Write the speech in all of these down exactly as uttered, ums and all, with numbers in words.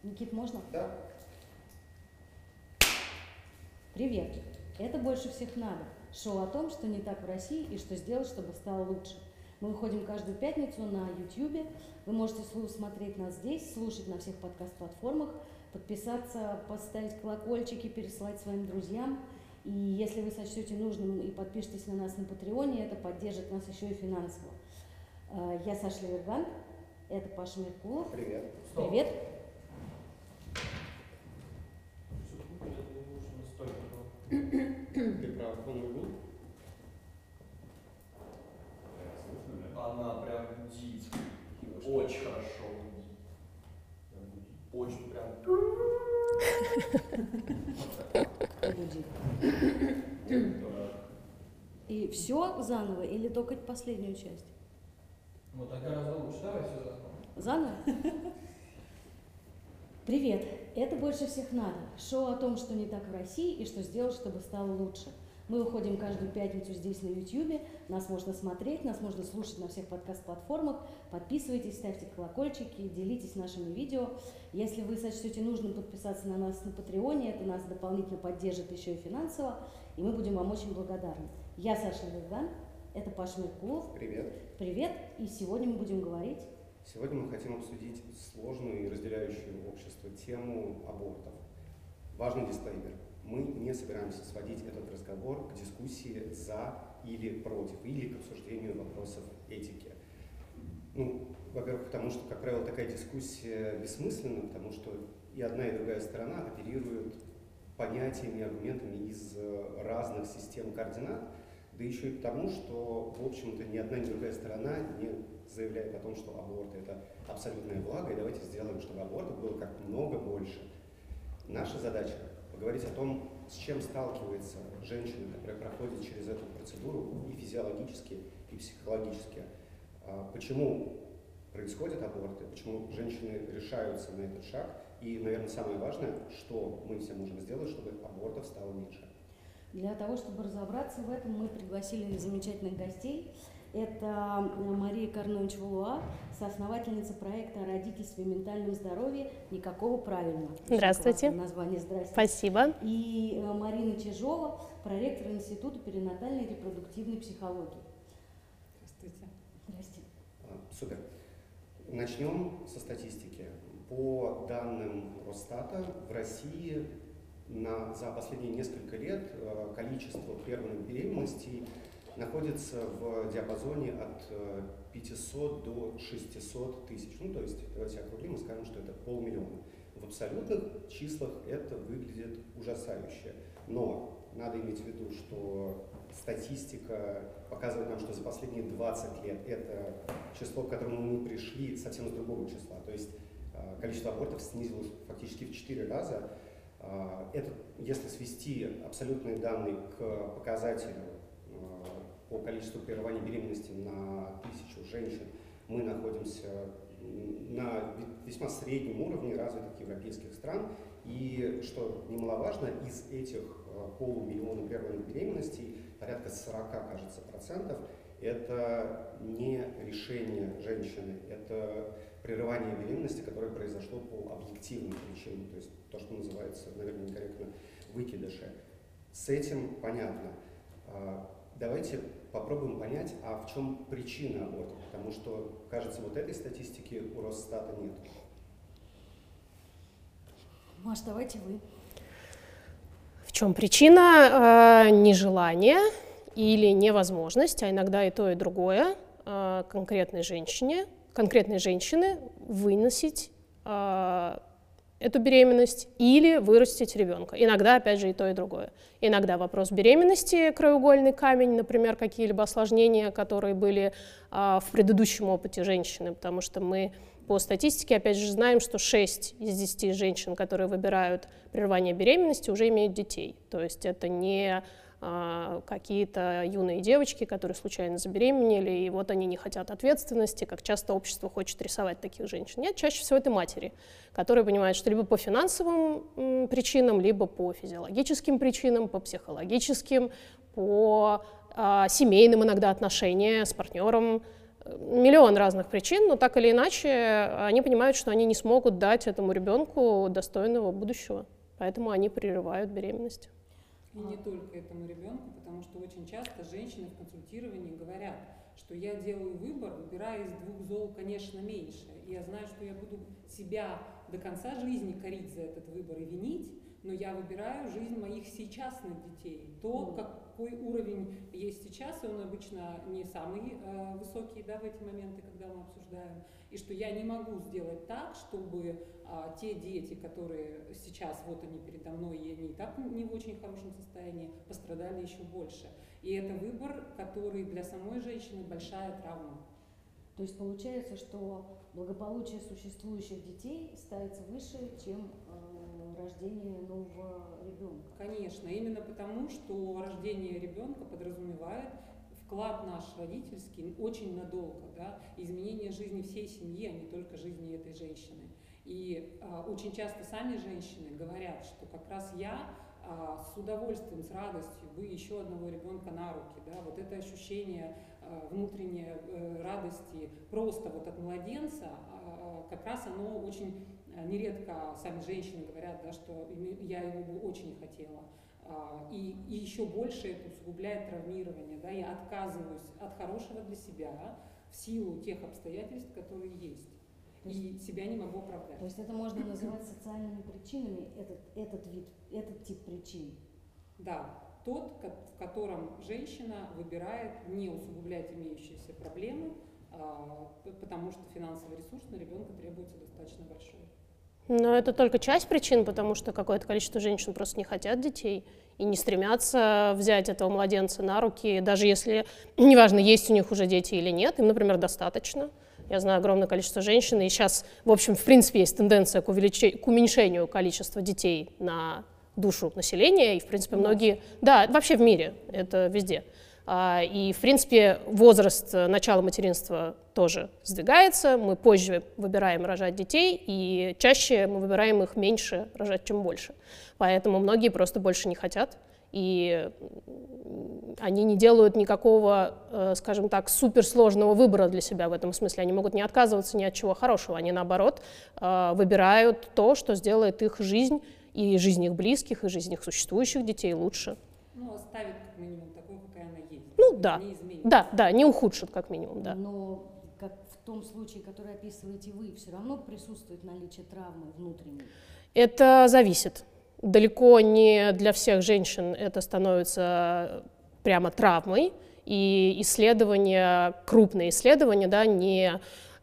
Никит, можно? Да. Привет! Это «Больше всех надо» – шоу о том, что не так в России и что сделать, чтобы стало лучше. Мы выходим каждую пятницу на YouTube. Вы можете смотреть нас здесь, слушать на всех подкаст-платформах, подписаться, поставить колокольчики, переслать своим друзьям. И если вы сочтете нужным и подпишитесь на нас на Патреоне, это поддержит нас еще и финансово. Я Саша Леверган, это Паша Меркулов. Привет. Привет. Ты прав, он гудит? Она прям гудит. Очень хорошо гудит. Очень прям. Гудит. И все заново или только последнюю часть? Вот так гораздо лучше. Давай все заново. Заново? Привет! Это «Больше всех надо» – шоу о том, что не так в России и что сделать, чтобы стало лучше. Мы выходим каждую пятницу здесь на YouTube. Нас можно смотреть, нас можно слушать на всех подкаст-платформах. Подписывайтесь, ставьте колокольчики, делитесь нашими видео. Если вы сочтете нужным подписаться на нас на Патреоне, это нас дополнительно поддержит еще и финансово, и мы будем вам очень благодарны. Я Саша Леверган, это Паша Меркулов. Привет. Привет, и сегодня мы будем говорить... Сегодня мы хотим обсудить сложную и разделяющую общество тему абортов. Важный дисклеймер. Мы не собираемся сводить этот разговор к дискуссии за или против, или к обсуждению вопросов этики. Ну, во-первых, потому что, как правило, такая дискуссия бессмысленна, потому что и одна, и другая сторона оперируют понятиями, аргументами из разных систем координат, да еще и потому, что, в общем-то, ни одна, ни другая сторона не заявляет о том, что аборт – это абсолютное благо, и давайте сделаем, чтобы абортов было как много больше. Наша задача – поговорить о том, с чем сталкивается женщина, которая проходит через эту процедуру и физиологически, и психологически. Почему происходят аборты, почему женщины решаются на этот шаг, и, наверное, самое важное, что мы все можем сделать, чтобы абортов стало меньше. Для того, чтобы разобраться в этом, мы пригласили замечательных гостей. Это Мария Карнович-Валуа, соосновательница проекта о родительстве и ментальном здоровье «Никакого правильного». Здравствуйте. Название «Здравствуйте». Спасибо. И Марина Чижова, проректор Института перинатальной и репродуктивной психологии. Здравствуйте. Здрасте. Супер. Начнем со статистики. По данным Росстата, в России на, за последние несколько лет количество прерванных беременностей находится в диапазоне от пятисот до шестисот тысяч. Ну, то есть, давайте округлим и скажем, что это полмиллиона. В абсолютных числах это выглядит ужасающе. Но надо иметь в виду, что статистика показывает нам, что за последние двадцать лет это число, к которому мы пришли, совсем с другого числа. То есть количество абортов снизилось фактически в четыре раза. Это, если свести абсолютные данные к показателю по количеству прерываний беременности на тысячу женщин, мы находимся на весьма среднем уровне развитых европейских стран. И, что немаловажно, из этих полумиллиона прерванных беременностей порядка сорока, кажется, процентов это не решение женщины, это прерывание беременности, которое произошло по объективным причинам, то есть то, что называется, наверное, некорректно, выкидыши. С этим понятно. Давайте попробуем понять, а в чем причина аборта, потому что, кажется, вот этой статистики у Росстата нет. Маш, давайте вы. В чем причина? Нежелание или невозможность, а иногда и то, и другое, конкретной женщине, конкретной женщины выносить эту беременность или вырастить ребенка. Иногда, опять же, и то, и другое. Иногда вопрос беременности, краеугольный камень, например, какие-либо осложнения, которые были а, в предыдущем опыте женщины, потому что мы по статистике, опять же, знаем, что шесть из десяти женщин, которые выбирают прерывание беременности, уже имеют детей. То есть это не какие-то юные девочки, которые случайно забеременели, и вот они не хотят ответственности, как часто общество хочет рисовать таких женщин. Нет, чаще всего это матери, которые понимают, что либо по финансовым м, причинам, либо по физиологическим причинам, по психологическим, по а, семейным иногда отношениям с партнером, Миллион разных причин, но так или иначе они понимают, что они не смогут дать этому ребенку достойного будущего, поэтому они прерывают беременность. И не только этому ребенку, потому что очень часто женщины в консультировании говорят, что я делаю выбор, выбирая из двух зол, конечно, меньше. И я знаю, что я буду себя до конца жизни корить за этот выбор и винить, но я выбираю жизнь моих сейчасных детей. То, какой уровень есть сейчас, и он обычно не самый э, высокий, да, в эти моменты, когда мы обсуждаем, и что я не могу сделать так, чтобы э, те дети, которые сейчас вот они передо мной, и они и так не в очень хорошем состоянии, пострадали еще больше. И это выбор, который для самой женщины большая травма. То есть получается, что благополучие существующих детей ставится выше, чем э, рождение нового ребенка. Конечно, именно потому, что рождение ребенка подразумевает вклад наш родительский очень надолго, да, изменение жизни всей семьи, а не только жизни этой женщины. И э, очень часто сами женщины говорят, что как раз я э, с удовольствием, с радостью бы еще одного ребенка на руки, да, вот это ощущение э, внутренней э, радости просто вот от младенца, э, как раз оно очень э, нередко сами женщины говорят, да, что я его бы очень хотела. И, и еще больше это усугубляет травмирование. Да? Я отказываюсь от хорошего для себя в силу тех обстоятельств, которые есть. И себя не могу оправдать. То есть это можно называть социальными причинами, этот, этот вид, этот тип причин? Да, тот, в котором женщина выбирает не усугублять имеющиеся проблемы, потому что финансовый ресурс на ребенка требуется достаточно большой. Но это только часть причин, потому что какое-то количество женщин просто не хотят детей и не стремятся взять этого младенца на руки, даже если, неважно, есть у них уже дети или нет, им, например, достаточно. Я знаю огромное количество женщин, и сейчас, в общем, в принципе, есть тенденция к, увеличению, к уменьшению количества детей на душу населения, и, в принципе, многие... Да, вообще в мире, это везде. И, в принципе, возраст начала материнства тоже сдвигается, мы позже выбираем рожать детей, и чаще мы выбираем их меньше рожать, чем больше. Поэтому многие просто больше не хотят, и они не делают никакого, скажем так, суперсложного выбора для себя в этом смысле. Они могут не отказываться ни от чего хорошего, они, наоборот, выбирают то, что сделает их жизнь, и жизнь их близких, и жизнь их существующих детей лучше. Ну, оставит как минимум такой, какая она есть. Ну да, да, да, не ухудшит как минимум, да. Но как в том случае, который описываете вы, все равно присутствует наличие травмы внутренней? Это зависит. Далеко не для всех женщин это становится прямо травмой, и исследования, крупные исследования, да, не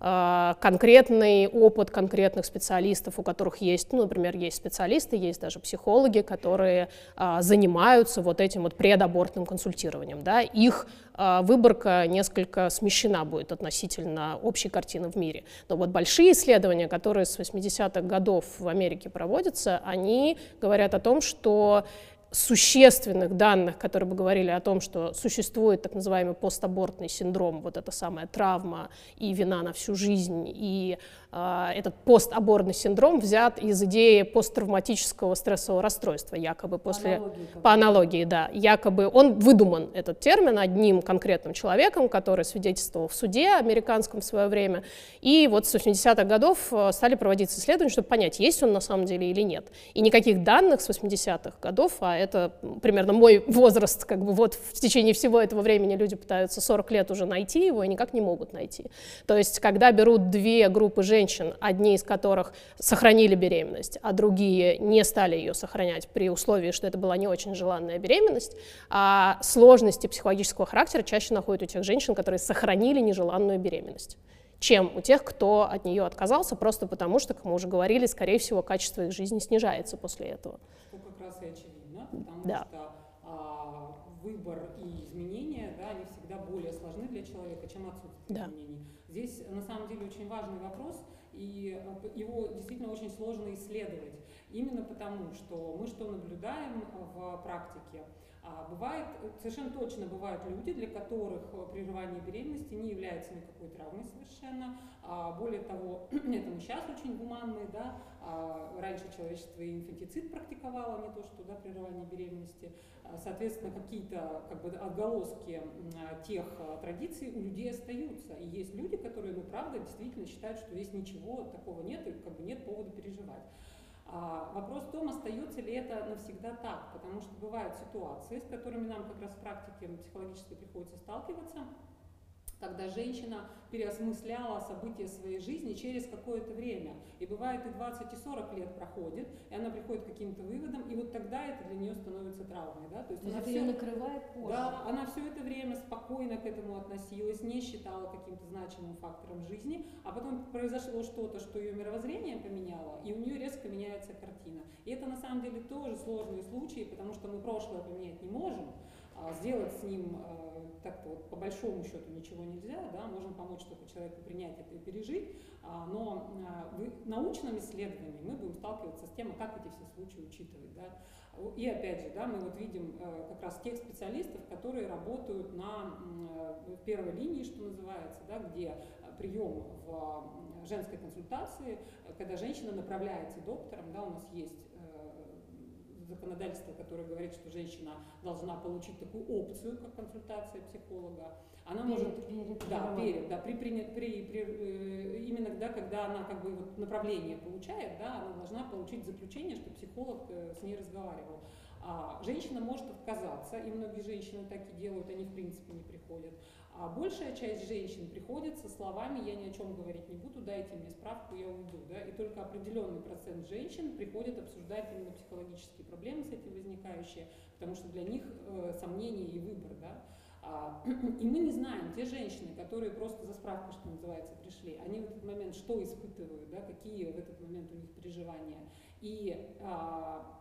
конкретный опыт конкретных специалистов, у которых есть, ну, например, есть специалисты, есть даже психологи, которые а, занимаются вот этим вот предабортным консультированием. Да. Их а, выборка несколько смещена будет относительно общей картины в мире. Но вот большие исследования, которые с восьмидесятых годов в Америке проводятся, они говорят о том, что существенных данных, которые бы говорили о том, что существует так называемый постабортный синдром, вот эта самая травма и вина на всю жизнь, и э, этот постабортный синдром взят из идеи посттравматического стрессового расстройства, якобы после... По аналогии, По аналогии, да. Якобы он выдуман, этот термин, одним конкретным человеком, который свидетельствовал в суде американском в свое время, и вот с восьмидесятых годов стали проводиться исследования, чтобы понять, есть он на самом деле или нет. И никаких данных с восьмидесятых годов, а это примерно мой возраст, как бы вот в течение всего этого времени люди пытаются сорок лет уже найти его и никак не могут найти. То есть, когда берут две группы женщин, одни из которых сохранили беременность, а другие не стали ее сохранять при условии, что это была не очень желанная беременность, а сложности психологического характера чаще находят у тех женщин, которые сохранили нежеланную беременность, чем у тех, кто от нее отказался, просто потому что, как мы уже говорили, скорее всего, качество их жизни снижается после этого. Что как раз и очевидно, потому да. что а, выбор и изменения, да, они всегда более сложны для человека, чем отсутствие да. изменений. Здесь на самом деле очень важный вопрос, и его действительно очень сложно исследовать. Именно потому, что мы что наблюдаем в практике? А бывает, совершенно точно бывают люди, для которых прерывание беременности не является никакой травмой совершенно. А более того, это мы сейчас очень гуманные, да, а раньше человечество и инфантицид практиковало, не то что, да, прерывание беременности. Соответственно, какие-то как бы отголоски тех традиций у людей остаются. И есть люди, которые, ну, правда, действительно считают, что здесь ничего такого нет, и как бы нет повода переживать. А вопрос в том, остается ли это навсегда так, потому что бывают ситуации, с которыми нам как раз в практике психологически приходится сталкиваться, когда женщина переосмысляла события своей жизни через какое-то время. И бывает и двадцать, и сорок лет проходит, и она приходит к каким-то выводам, и вот тогда это для нее становится травмой. Да? То есть, То есть она это все, ее накрывает позже. Да, она все это время спокойно к этому относилась, не считала каким-то значимым фактором жизни, а потом произошло что-то, что ее мировоззрение поменяло, и у нее резко меняется картина. И это на самом деле тоже сложные случаи, потому что мы прошлое поменять не можем, а сделать с ним так-то вот по большому счету ничего нельзя, да, можем помочь только человеку принять это и пережить, но в научном исследовании мы будем сталкиваться с тем, как эти все случаи учитывать. Да. И опять же, да, мы вот видим как раз тех специалистов, которые работают на первой линии, что называется, да, где прием в женской консультации, когда женщина направляется доктором, да, у нас есть законодательство, которое говорит, что женщина должна получить такую опцию, как консультация психолога. Она перед, может, перед, да, перед, да, при, при, при, при, именно да, когда она как бы вот направление получает, да, она должна получить заключение, что психолог с ней разговаривал. А женщина может отказаться, и многие женщины так и делают, они в принципе не приходят. А большая часть женщин приходит со словами: я ни о чем говорить не буду, дайте мне справку, я уйду. Да? И только определенный процент женщин приходит обсуждать именно психологические проблемы с этим возникающие, потому что для них э, сомнение и выбор. Да? А, и мы не знаем, те женщины, которые просто за справкой, что называется, пришли, они в этот момент что испытывают, да? Какие в этот момент у них переживания. И а,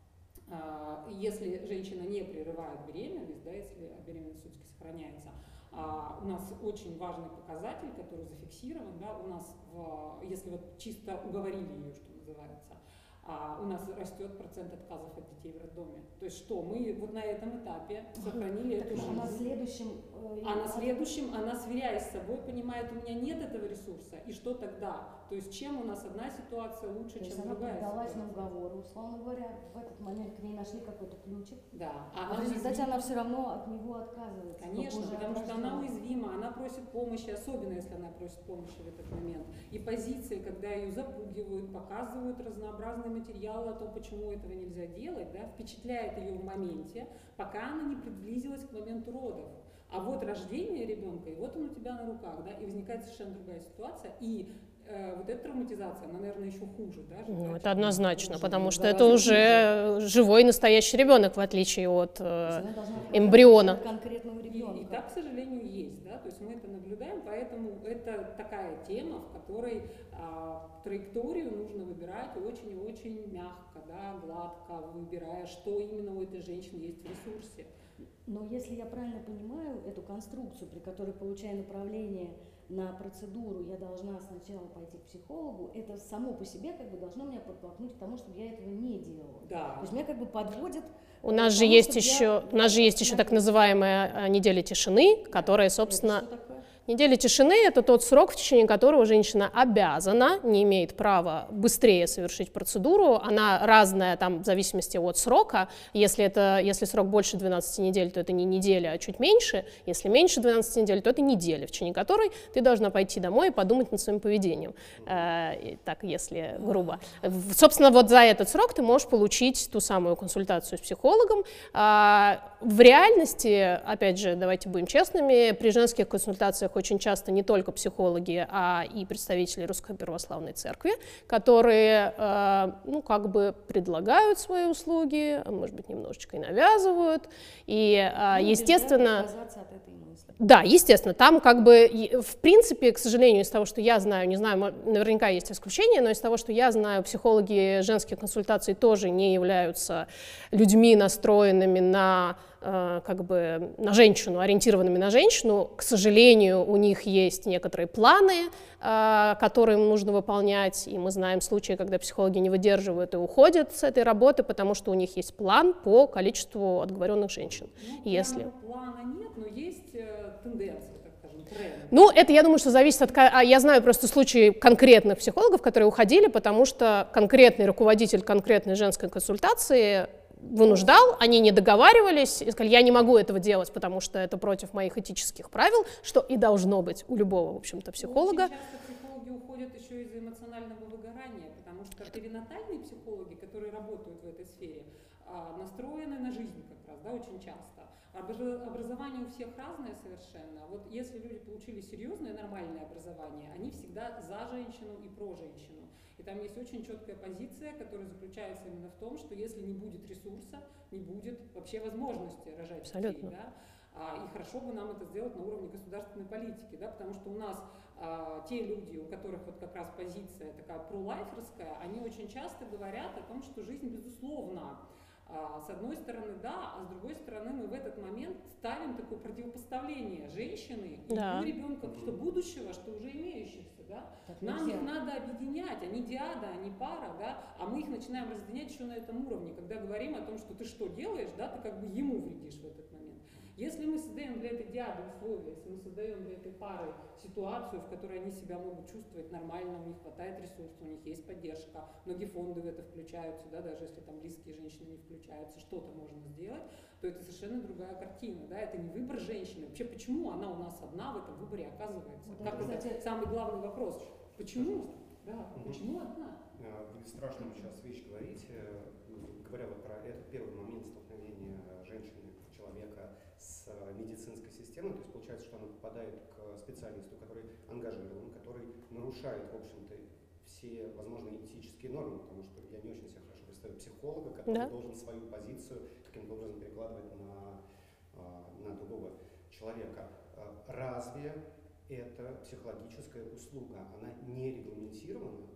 а, если женщина не прерывает беременность, да, если беременность все-таки сохраняется, Uh, у нас очень важный показатель, который зафиксирован, да, у нас, в, если вот чисто уговорили ее, что называется, uh, у нас растет процент отказов от детей в роддоме. То есть что, мы вот на этом этапе сохранили так эту жизнь. А на следующем, э, а на следующем она, сверяясь с собой, понимает, у меня нет этого ресурса, и что тогда? То есть чем у нас одна ситуация лучше, то чем есть другая она поддалась ситуация? на уговоры, условно говоря, в этот момент к ней нашли какой-то ключик, Да. а, а в результате она все равно от него отказывается. Конечно, потому что она уязвима, она просит помощи, особенно если она просит помощи в этот момент. И позиции, когда ее запугивают, показывают разнообразные материалы о том, почему этого нельзя делать, да, впечатляет ее в моменте, пока она не приблизилась к моменту родов. А вот рождение ребенка, и вот он у тебя на руках, да, и возникает совершенно другая ситуация. И э, вот эта травматизация, она, наверное, еще хуже. Да, ну, это однозначно, хуже, потому что да, это уже хуже. Живой настоящий ребенок, в отличие от э, эмбриона. И, и так, к сожалению, есть. Да? То есть мы это наблюдаем, поэтому это такая тема, в которой а, траекторию нужно выбирать очень и очень мягко, да, гладко, выбирая, что именно у этой женщины есть в ресурсе. Но если я правильно понимаю эту конструкцию, при которой, получая направление на процедуру, я должна сначала пойти к психологу, это само по себе как бы должно меня подтолкнуть к тому, чтобы я этого не делала. Да. То есть меня как бы подводит. У нас же есть еще, я... у нас же есть еще так называемая неделя тишины, которая, собственно, Это что такое? неделя тишины – это тот срок, в течение которого женщина обязана, не имеет права быстрее совершить процедуру. Она разная там, в зависимости от срока. Если, это, если срок больше двенадцати недель, то это не неделя, а чуть меньше. Если меньше двенадцати недель, то это неделя, в течение которой ты должна пойти домой и подумать над своим поведением. Э, так, если грубо. Собственно, вот за этот срок ты можешь получить ту самую консультацию с психологом. Э, в реальности, опять же, давайте будем честными, при женских консультациях очень часто не только психологи, а и представители Русской Православной Церкви, которые, э, ну, как бы предлагают свои услуги, может быть, немножечко и навязывают, и, э, ну, естественно... отказаться от этой мысли. Да, естественно, там как бы, в принципе, к сожалению, из того, что я знаю, не знаю, наверняка есть исключения, но из того, что я знаю, психологи женских консультаций тоже не являются людьми, настроенными на э, как бы на женщину, ориентированными на женщину. К сожалению, у них есть некоторые планы, э, которые им нужно выполнять, и мы знаем случаи, когда психологи не выдерживают и уходят с этой работы, потому что у них есть план по количеству отговоренных женщин. Ну, Если... плана нет, но есть э, тенденция, так скажем, тренд. Ну, это, я думаю, что зависит от... А я знаю просто случаи конкретных психологов, которые уходили, потому что конкретный руководитель конкретной женской консультации вынуждал, они не договаривались, и сказали, я не могу этого делать, потому что это против моих этических правил, что и должно быть у любого, в общем-то, психолога. Очень часто психологи уходят еще из-за эмоционального выгорания, потому что перинатальные психологи, которые работают в этой сфере, настроены на жизнь как раз, да, очень часто. Образование у всех разное совершенно. Вот если люди получили серьезное нормальное образование, они всегда за женщину и про женщину. И там есть очень четкая позиция, которая заключается именно в том, что если не будет ресурса, не будет вообще возможности рожать Абсолютно. детей. Да? А, и хорошо бы нам это сделать на уровне государственной политики, да? Потому что у нас а, те люди, у которых вот как раз позиция такая пролайферская, они очень часто говорят о том, что жизнь безусловна. С одной стороны, да, а с другой стороны мы в этот момент ставим такое противопоставление женщины и да. ее ребенка, что будущего, что уже имеющихся, да. Так Нам нельзя. их надо объединять, они диада, они пара, да, а мы их начинаем разъединять еще на этом уровне, когда говорим о том, что ты что делаешь, да, ты как бы ему вредишь в этот момент. Если мы создаем для этой диады условия, если мы создаем для этой пары ситуацию, в которой они себя могут чувствовать нормально, у них хватает ресурсов, у них есть поддержка, многие фонды в это включаются, да, даже если там близкие женщины не включаются, что-то можно сделать, то это совершенно другая картина, да, это не выбор женщины. Вообще, почему она у нас одна в этом выборе оказывается? Вот как это, это? кстати, Самый главный вопрос. Почему? Да, Угу. почему одна? Вы страшную сейчас вещь говорите, говоря вот про этот первый момент столкновения женщины, человека с медицинской системой, то есть получается, что она попадает к специалисту, который ангажирован, который нарушает, в общем-то, все возможные этические нормы, потому что я не очень себе хорошо представляю психолога, который да. должен свою позицию каким-то образом перекладывать на, на другого человека. Разве эта психологическая услуга, она не регламентирована?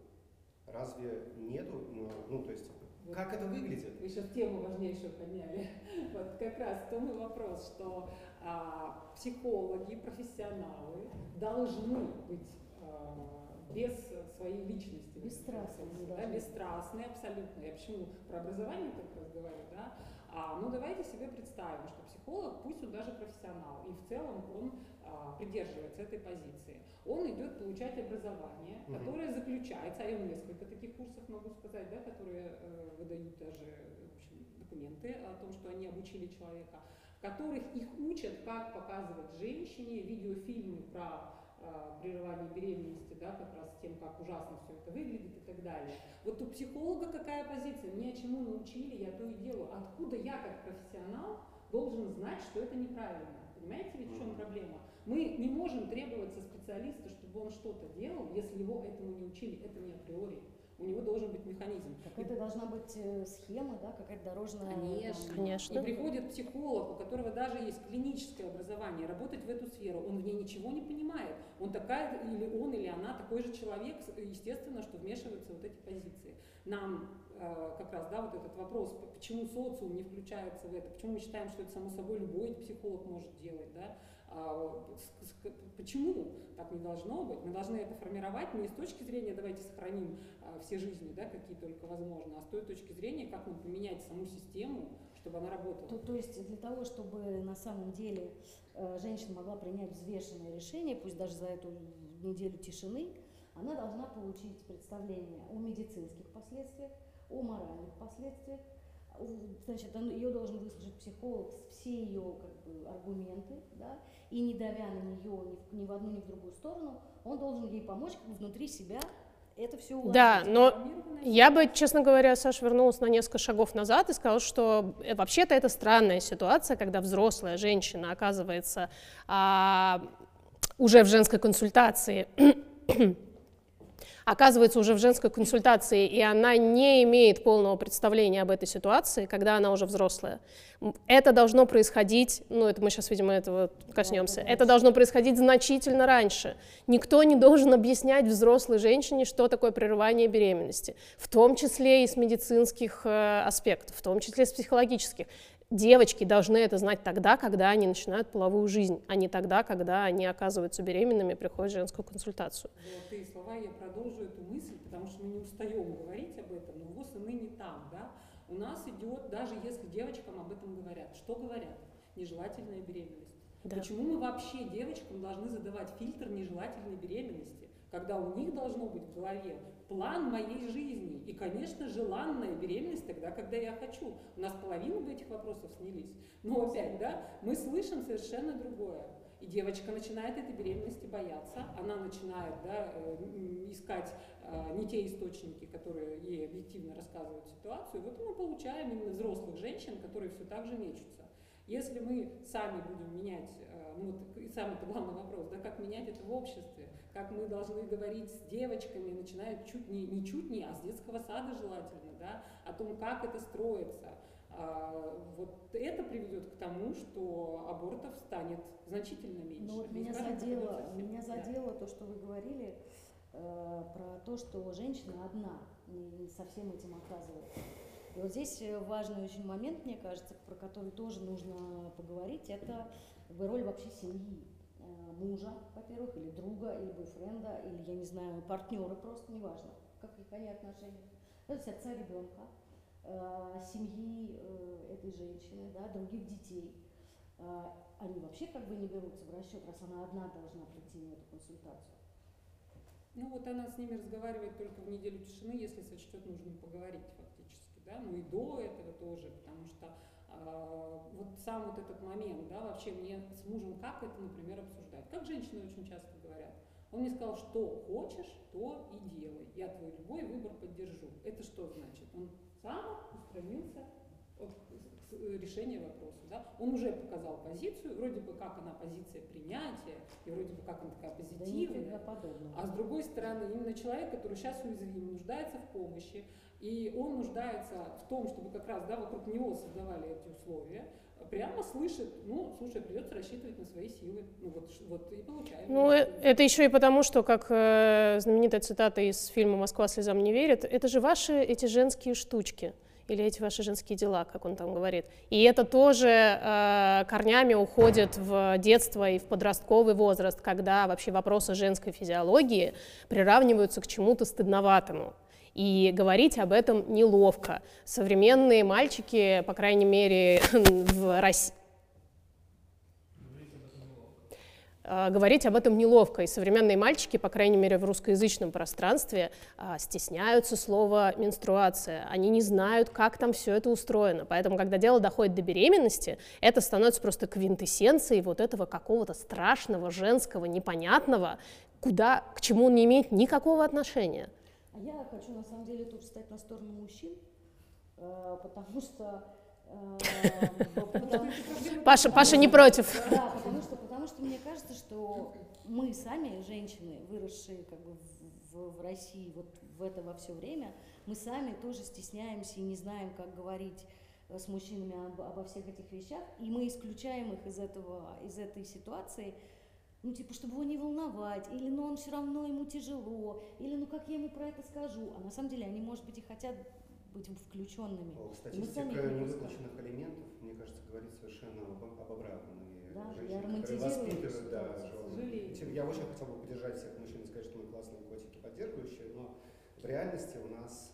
Разве нету, ну, то есть, Вот. как это выглядит? Вы сейчас тему важнейшую подняли. Вот как раз в том и вопрос, что а, психологи, профессионалы должны быть а, без своей личности. Бесстрастные, да, бесстрастные абсолютно. Я почему про образование как раз говорю, да? А, ну давайте себе представим, что психолог, пусть он даже профессионал, и в целом он а, придерживается этой позиции. Он идет получать образование, Угу. которое заключается, а я несколько таких курсов могу сказать, да, которые э, выдают даже в общем, документы о том, что они обучили человека, в которых их учат, как показывать женщине видеофильмы про э, прерывание беременности, да, как раз тем, как ужасно все это выглядит и так далее. Вот у психолога какая позиция? Меня чему научили, я то и делаю. Откуда я, как профессионал, должен знать, что это неправильно? Понимаете, ведь в чем проблема? Мы не можем требовать со специалиста, чтобы он что-то делал, если его этому не учили. Это не априори. У него должен быть механизм. Какая-то должна быть э, схема, да, какая-то дорожная. Конечно. там, Конечно. И приходит психолог, у которого даже есть клиническое образование, работать в эту сферу, он в ней ничего не понимает. Он такая, или он, или она такой же человек, естественно, что вмешиваются вот эти позиции. Нам э, как раз, да, вот этот вопрос, почему социум не включается в это, почему мы считаем, что это само собой любой психолог может делать, да? А, с, с, почему так не должно быть? Мы должны это формировать не с точки зрения «давайте сохраним а, все жизни, да, какие только возможно», а с той точки зрения, как нам поменять саму систему, чтобы она работала. То, то есть для того, чтобы на самом деле э, женщина могла принять взвешенное решение, пусть даже за эту неделю тишины, она должна получить представление о медицинских последствиях, о моральных последствиях. Значит, ее должен выслушать психолог, все ее как бы, аргументы, да, и не давя на нее ни в, ни в одну, ни в другую сторону, он должен ей помочь как бы, внутри себя это все уложить. Да, но я бы, честно говоря, Саша, вернулась на несколько шагов назад и сказала, что вообще-то это странная ситуация, когда взрослая женщина оказывается а, уже в женской консультации, оказывается уже в женской консультации, и она не имеет полного представления об этой ситуации, когда она уже взрослая. Это должно происходить, ну это мы сейчас, видимо, этого коснемся, это должно происходить значительно раньше. Никто не должен объяснять взрослой женщине, что такое прерывание беременности, в том числе и с медицинских э, аспектов, в том числе с психологических. девочки должны это знать тогда, когда они начинают половую жизнь, а не тогда, когда они оказываются беременными и приходят в женскую консультацию. Золотые слова, я продолжу эту мысль, потому что мы не устаем говорить об этом, но ВОЗ и ныне там, да. У нас идет, даже если девочкам об этом говорят, что говорят? Нежелательная беременность. Да. Почему мы вообще девочкам должны задавать фильтр нежелательной беременности, когда у них должно быть в голове план моей жизни и, конечно, желанная беременность тогда, когда я хочу. У нас половина бы этих вопросов снялись. Но опять, да, мы слышим совершенно другое. И девочка начинает этой беременности бояться, она начинает, да, искать э, не те источники, которые ей объективно рассказывают ситуацию. И вот мы получаем именно взрослых женщин, которые все так же мечутся. Если мы сами будем менять, э, ну вот и самый главный вопрос, да, как менять это в обществе, как мы должны говорить с девочками, начиная чуть не, не чуть не, а с детского сада желательно, да, о том, как это строится. Вот это приведет к тому, что абортов станет значительно меньше. Ну, вот меня задело, меня задело то, что вы говорили э, про то, что женщина одна не, не со всем этим оказывается. И вот здесь важный очень момент, мне кажется, про который тоже нужно поговорить, это роль вообще семьи. Э, мужа, во-первых, или друга, или бойфренда, или, я не знаю, партнера просто, неважно, в каких они отношениях. То есть отца ребенка, семьи э, этой женщины, да, других детей, э, они вообще как бы не берутся в расчет, раз она одна должна прийти на эту консультацию. Ну вот она с ними разговаривает только в неделю тишины, если сочтет нужным поговорить фактически, да, ну и до этого тоже, потому что э, вот сам вот этот момент, да, вообще мне с мужем как это, например, обсуждать, как женщины очень часто говорят. Он мне сказал, что хочешь, то и делай, я твой любой выбор поддержу. Это что значит? Он сам устранился от решения вопроса. Да? Он уже показал позицию, вроде бы как она позиция принятия, и вроде бы как она такая позитивная. Да, а с другой стороны, именно человек, который сейчас уязвим, нуждается в помощи, и он нуждается в том, чтобы как раз, да, вокруг него создавали эти условия, прямо слышит, ну, слушай, придется рассчитывать на свои силы. Ну, вот, вот и получаем. Ну, это еще и потому, что, как э, знаменитая цитата из фильма «Москва слезам не верит», это же ваши эти женские штучки, или эти ваши женские дела, как он там говорит. И это тоже э, корнями уходит в детство и в подростковый возраст, когда вообще вопросы женской физиологии приравниваются к чему-то стыдноватому. И говорить об этом неловко. Современные мальчики, по крайней мере, в России, говорить об этом неловко. И современные мальчики, по крайней мере, в русскоязычном пространстве, стесняются слова «менструация». Они не знают, как там все это устроено. Поэтому, когда дело доходит до беременности, это становится просто квинтэссенцией вот этого какого-то страшного, женского, непонятного, куда, к чему он не имеет никакого отношения. А я хочу, на самом деле, тут встать на сторону мужчин, э, потому что... Э, потому, Паша, Паша не против. Да, потому что, потому что мне кажется, что мы сами, женщины, выросшие как бы в, в, в России вот в это во все время, мы сами тоже стесняемся и не знаем, как говорить с мужчинами об, обо всех этих вещах, и мы исключаем их из, этого, из этой ситуации. Ну, типа, чтобы его не волновать, или, ну, он все равно, ему тяжело, или, ну, как я ему про это скажу. А на самом деле они, может быть, и хотят быть включенными. Статистика невыплаченных алиментов, мне кажется, говорит совершенно об, об обратном. И да, женщины, я романтизирую. Да, я очень хотел бы поддержать всех мужчин и сказать, что мы классные котики, поддерживающие, но в реальности у нас...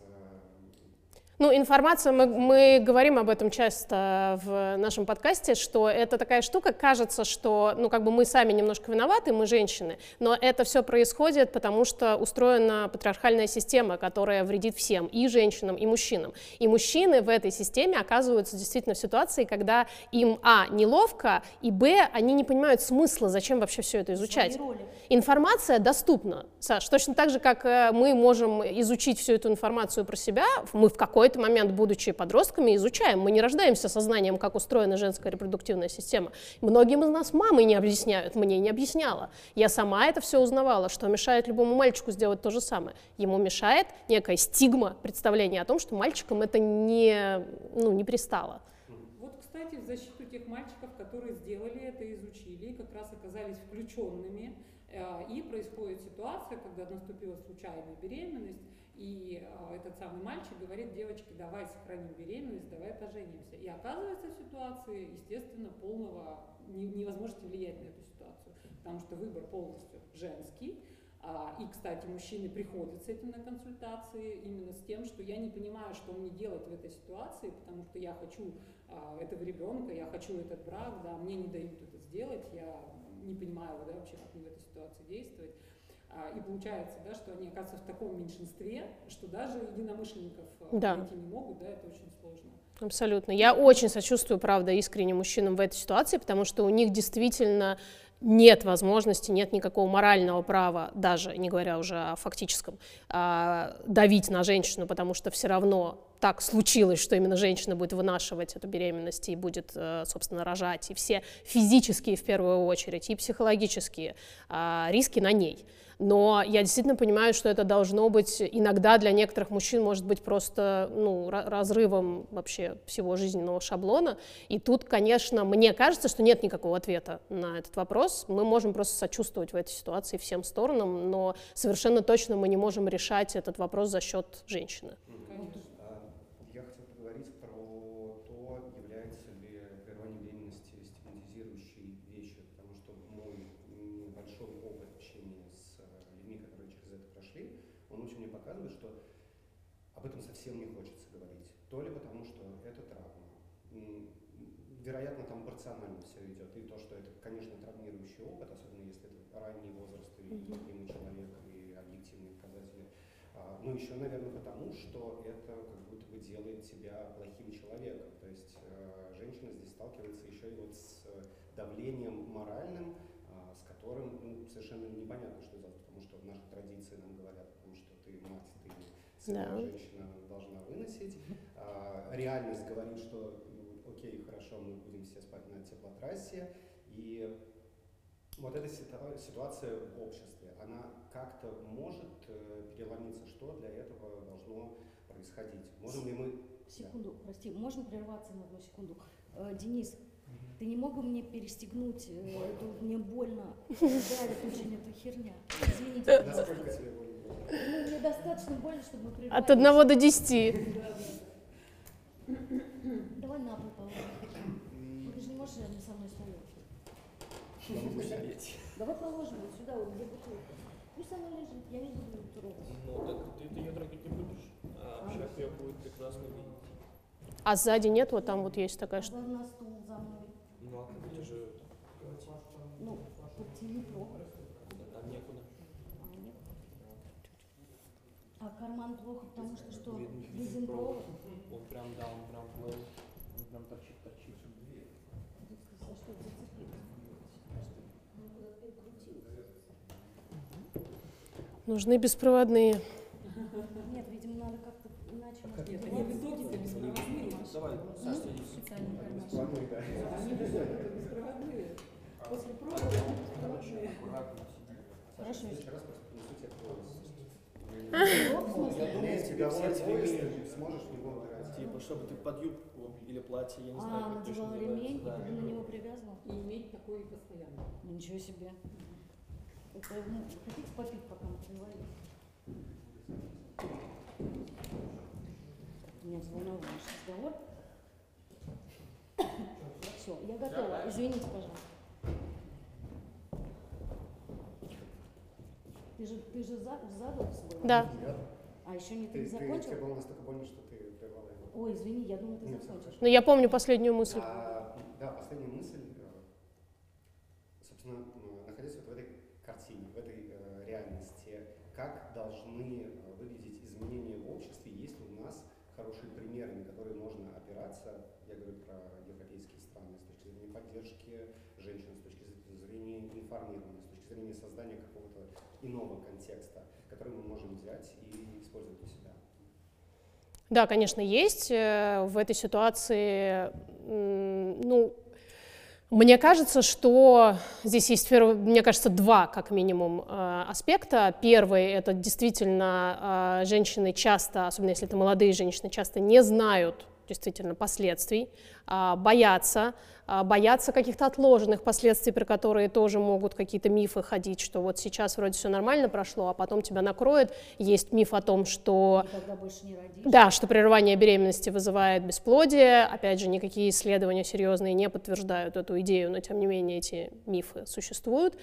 Ну, информация, мы, мы говорим об этом часто в нашем подкасте, что это такая штука, кажется, что, ну, как бы мы сами немножко виноваты, мы женщины, но это все происходит, потому что устроена патриархальная система, которая вредит всем, и женщинам, и мужчинам. И мужчины в этой системе оказываются действительно в ситуации, когда им, а, неловко, и, б, они не понимают смысла, зачем вообще все это изучать. Информация доступна, Саш, точно так же, как мы можем изучить всю эту информацию про себя, мы в какой В какой-то момент, будучи подростками, изучаем. Мы не рождаемся со знанием, как устроена женская репродуктивная система. Многим из нас мамы не объясняют, мне не объясняла. Я сама это все узнавала, что мешает любому мальчику сделать то же самое. Ему мешает некая стигма представления о том, что мальчикам это не, ну, не пристало. Вот, кстати, в защиту тех мальчиков, которые сделали это, изучили, как раз оказались включенными, и происходит ситуация, когда наступила случайная беременность, и э, этот этот самый мальчик говорит девочке: давай сохраним беременность, давай поженимся. И оказывается в ситуации, естественно, полного невозможности влиять на эту ситуацию, потому что выбор полностью женский. И, кстати, мужчины приходят с этим на консультации именно с тем, что я не понимаю, что мне делать в этой ситуации, потому что я хочу этого ребенка, я хочу этот брак, да, мне не дают это сделать, я не понимаю, да, вообще, как мне в этой ситуации действовать. И получается, да, что они оказываются в таком меньшинстве, что даже единомышленников да. найти не могут, да, это очень сложно. Абсолютно. Я очень сочувствую, правда, искренне мужчинам в этой ситуации, потому что у них действительно нет возможности, нет никакого морального права, даже не говоря уже о фактическом, давить на женщину, потому что все равно так случилось, что именно женщина будет вынашивать эту беременность и будет, собственно, рожать, и все физические, в первую очередь, и психологические риски на ней. Но я действительно понимаю, что это должно быть иногда для некоторых мужчин может быть просто ну, разрывом вообще всего жизненного шаблона. И тут, конечно, мне кажется, что нет никакого ответа на этот вопрос. Мы можем просто сочувствовать в этой ситуации всем сторонам, но совершенно точно мы не можем решать этот вопрос за счет женщины. Я хотел поговорить про то, является ли прерывание беременности стигматизирующей вещью, потому что мой большой опыт общения с людьми, которые через это прошли, он очень мне показывает, что об этом совсем не хочется говорить. То ли потому, что это травма. Вероятно, там порционально все идет. И то, что это, конечно, травмирующий опыт, особенно если это ранний возраст и любимый человек, и объективные показатели. Ну, еще, наверное, потому, что это как будто бы делает тебя плохим человеком. То есть э, женщина здесь сталкивается еще и вот с давлением моральным, э, с которым ну, совершенно непонятно, что делать, потому что в нашей традиции нам говорят о том, что ты мать, ты сама да. женщина должна выносить. Э, реальность говорит, что окей, хорошо, мы будем все спать на теплотрассе. И вот эта ситуация в обществе, она как-то может э, переломиться, что для этого должно происходить? Можем ли мы... Секунду, да. прости, можно прерваться на одну секунду? Э, Денис, mm-hmm. ты не мог бы мне перестегнуть? Э, это, мне больно, давит очень эта херня. Извините, насколько тебе больно? Ну, мне достаточно больно, чтобы мы прервались. От одного до десяти. Давай на пол положим. Ты же не можешь рядом со мной стоять. Давай положим вот сюда, вот где бутылка. Пусть она лежит, я не буду ее трогать. Ну так ты, ты ее трогать не будешь, а шеф ее будет прекрасно видеть. А сзади нет, вот там вот есть такая штука. На стул за мной. Ну а где же? Ну, подтяни плохо. Да, там некуда. А карман плохо, потому что что? Виден провод? Он прям, да, он прям плыл, он прям торчит, торчит. За что зацепить? Ну, куда ты крутил? Нужны беспроводные. Нет, видимо, надо как-то иначе. Нет, они в итоге-то беспроводные. Давай, Саш, садись. Специальный карман. Беспроводные, да. Они в итоге беспроводные. После провода беспроводные. Хорошо. В следующий раз просто принесу тебе пояс. Я думаю, тебе все ты сможешь в него убирать. Типа, чтобы ты под юбку или платье, я не знаю, А, как точно надевала ремень, называется. и на него привязывала? И иметь такое постоянно. Ничего себе. Это, ну, хотите попить, пока мы поговорим? Меня взволновал наш разговор. Все, я готова. Извините, пожалуйста. Ты же, ты же за, задал свой Да. вопрос? А еще не ты, Ты, не ты, закончил? тебе было настолько больно, что ты прервала его. Ой, извини, я думала, ты Нет, закончишь. Но я помню последнюю мысль. А, да, последняя мысль, собственно, находясь вот в этой картине, в этой э, реальности, как должны выглядеть изменения в обществе, есть ли у нас хорошие примеры, на которые можно опираться, я говорю про европейские страны, с точки зрения поддержки женщин, с точки зрения информирования, с точки зрения создания какого-то иного контекста, который мы можем взять и использовать у себя. Да, конечно, есть. В этой ситуации, ну, мне кажется, что здесь есть, мне кажется, два, как минимум, аспекта. Первый — это действительно женщины часто, особенно если это молодые женщины, часто не знают действительно последствий, боятся, боятся каких-то отложенных последствий, при которые тоже могут какие-то мифы ходить, что вот сейчас вроде все нормально прошло, а потом тебя накроет. Есть миф о том, что, Никогда больше не родишь. Да, что прерывание беременности вызывает бесплодие. Опять же, никакие исследования серьезные не подтверждают эту идею, но тем не менее эти мифы существуют.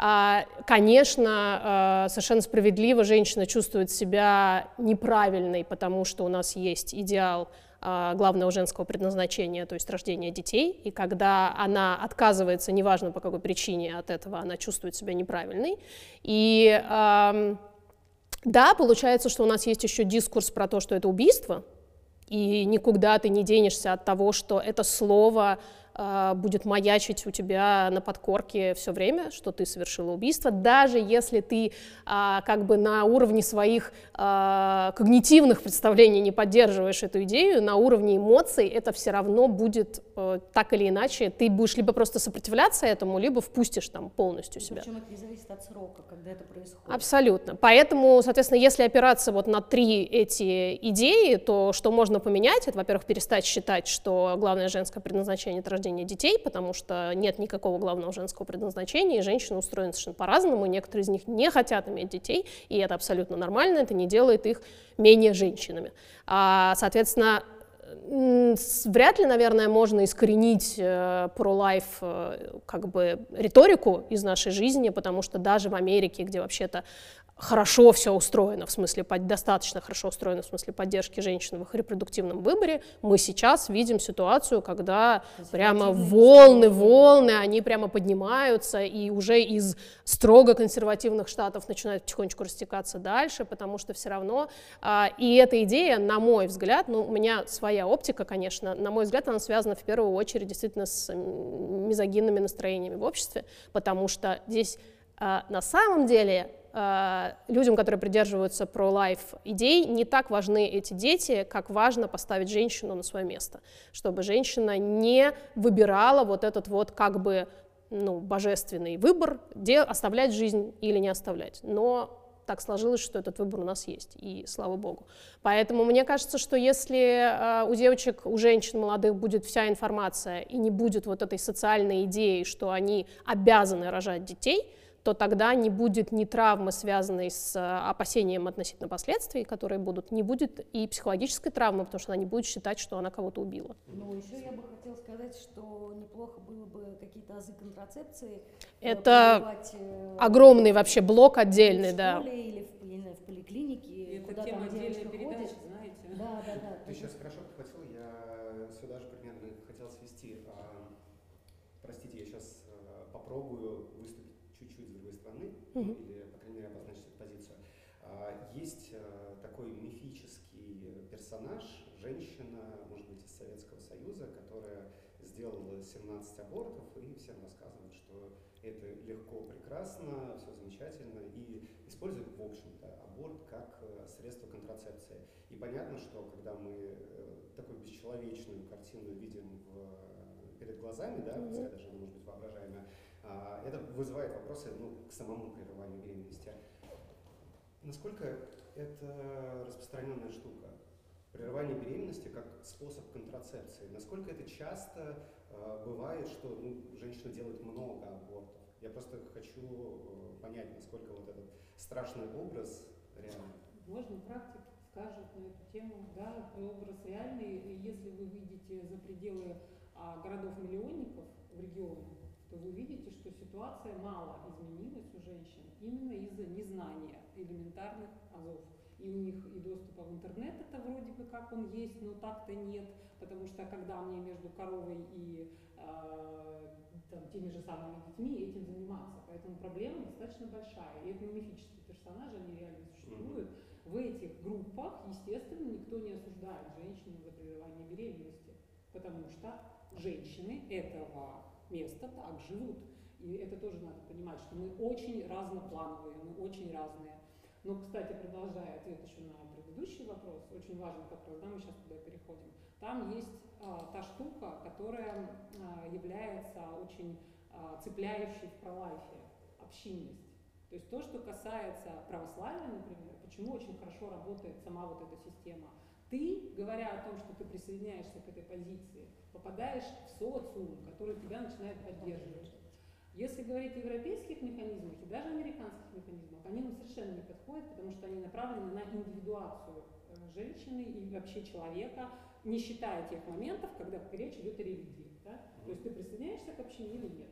Конечно, совершенно справедливо женщина чувствует себя неправильной, потому что у нас есть идеал главного женского предназначения, то есть рождение детей, и когда она отказывается, неважно по какой причине от этого, она чувствует себя неправильной. И э, да, получается, что у нас есть еще дискурс про то, что это убийство, и никуда ты не денешься от того, что это слово э, будет маячить у тебя на подкорке все время, что ты совершила убийство, даже если ты э, как бы на уровне своих э, когнитивных представлений не поддерживаешь эту идею, на уровне эмоций это все равно будет э, так или иначе, ты будешь либо просто сопротивляться этому, либо впустишь там полностью себя. Причем это не зависит от срока, когда это происходит. Абсолютно. Поэтому, соответственно, если опираться вот на три эти идеи, то что можно поменять? Это, во-первых, перестать считать, что главное женское предназначение — это рождение детей, потому что нет никакого главного женского предназначения, и женщины устроены совершенно по-разному, некоторые из них не хотят иметь детей, и это абсолютно нормально, это не делает их менее женщинами. А, соответственно, вряд ли, наверное, можно искоренить э, pro-life э, как бы риторику из нашей жизни, потому что даже в Америке, где вообще-то хорошо все устроено, в смысле, достаточно хорошо устроено в смысле поддержки женщин в их репродуктивном выборе, мы сейчас видим ситуацию, когда прямо волны, волны, они прямо поднимаются, и уже из строго консервативных штатов начинают потихонечку растекаться дальше, потому что все равно, а, и эта идея, на мой взгляд, ну, у меня своя оптика, конечно, на мой взгляд, она связана в первую очередь действительно с мизогинными настроениями в обществе, потому что здесь а, на самом деле людям, которые придерживаются pro-life идей, не так важны эти дети, как важно поставить женщину на свое место, чтобы женщина не выбирала вот этот вот как бы ну, божественный выбор, где оставлять жизнь или не оставлять. Но так сложилось, что этот выбор у нас есть, и слава богу. Поэтому мне кажется, что если у девочек, у женщин молодых будет вся информация и не будет вот этой социальной идеи, что они обязаны рожать детей, то тогда не будет ни травмы, связанной с опасением относительно последствий, которые будут, не будет и психологической травмы, потому что она не будет считать, что она кого-то убила. Ну, еще я бы хотела сказать, что неплохо было бы какие-то азы контрацепции. Это огромный вообще блок отдельный, в да. школе или в, или в поликлинике, Это куда тема там девочка отдельной передачи, ходит. знаете. Да, да, да. Ты сейчас хорошо подхватил, я сюда же примерно хотел свести. А, простите, я сейчас а, попробую выступить чуть-чуть с другой стороны, mm-hmm. ну, или, по крайней мере, обозначить эту позицию. А, есть а, такой мифический персонаж, женщина, может быть, из Советского Союза, которая сделала семнадцать абортов, и всем рассказывает, что это легко, прекрасно, все замечательно, и использует, в общем-то, аборт как средство контрацепции. И понятно, что когда мы такую бесчеловечную картину видим в, перед глазами, да, mm-hmm. пускай даже она может быть воображаемая, это вызывает вопросы ну, к самому прерыванию беременности. Насколько это распространенная штука? Прерывание беременности как способ контрацепции. Насколько это часто э, бывает, что ну, женщина делает много абортов? Я просто хочу э, понять, насколько вот этот страшный образ реальный. Можно практик скажет на эту тему, да, образ реальный. И если вы выйдете за пределы а, городов-миллионников в регионе, то вы видите, что ситуация мало изменилась у женщин именно из-за незнания элементарных азов. И у них и доступа в интернет это вроде бы как он есть, но так-то нет, потому что когда мне между коровой и э, там, теми же самыми детьми этим заниматься. Поэтому проблема достаточно большая. И это не мифические персонажи, они реально существуют. В этих группах, естественно, никто не осуждает женщину за прерывание беременности, потому что женщины этого места так живут. И это тоже надо понимать, что мы очень разноплановые, мы очень разные. Но, кстати, продолжая ответ еще на предыдущий вопрос, очень важный вопрос, да, мы сейчас туда переходим. Там есть а, та штука, которая а, является очень а, цепляющей в пролайфе – общинность. То есть то, что касается православия, например, почему очень хорошо работает сама вот эта система Ты, говоря о том, что ты присоединяешься к этой позиции, попадаешь в социум, который тебя начинает поддерживать. Если говорить о европейских механизмах и даже американских механизмах, они нам совершенно не подходят, потому что они направлены на индивидуацию женщины и вообще человека, не считая тех моментов, когда речь идет о религии. Да? То есть ты присоединяешься к общине или нет.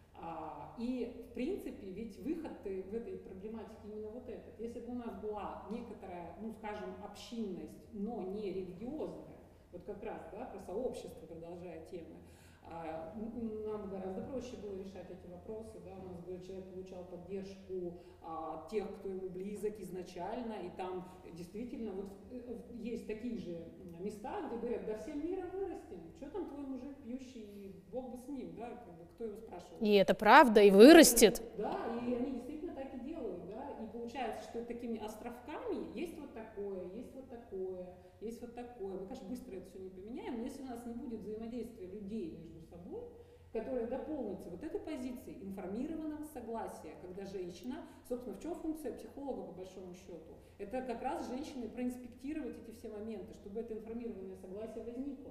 А, и, в принципе, ведь выход в этой проблематике именно вот этот. Если бы у нас была некоторая, ну, скажем, общинность, но не религиозная, вот как раз, да, про сообщество, продолжая темы, а, нам гораздо проще было решать эти вопросы, да, у нас бы человек получал поддержку а, тех, кто ему близок изначально, и там действительно вот есть такие же места, где говорят, да всем миром вырастем, что там твой мужик пьющий, Бог бы с ним, да, как бы, кто его спрашивает. И это правда, и вырастет. Да, и они действительно так и делают, да, и получается, что такими островками есть вот такое, есть вот такое, есть вот такое. Мы, конечно, быстро это все не поменяем, но если у нас не будет взаимодействия людей между собой, которая дополнится вот этой позицией информированного согласия, когда женщина, собственно, в чем функция психолога по большому счету? Это как раз женщины проинспектировать эти все моменты, чтобы это информированное согласие возникло.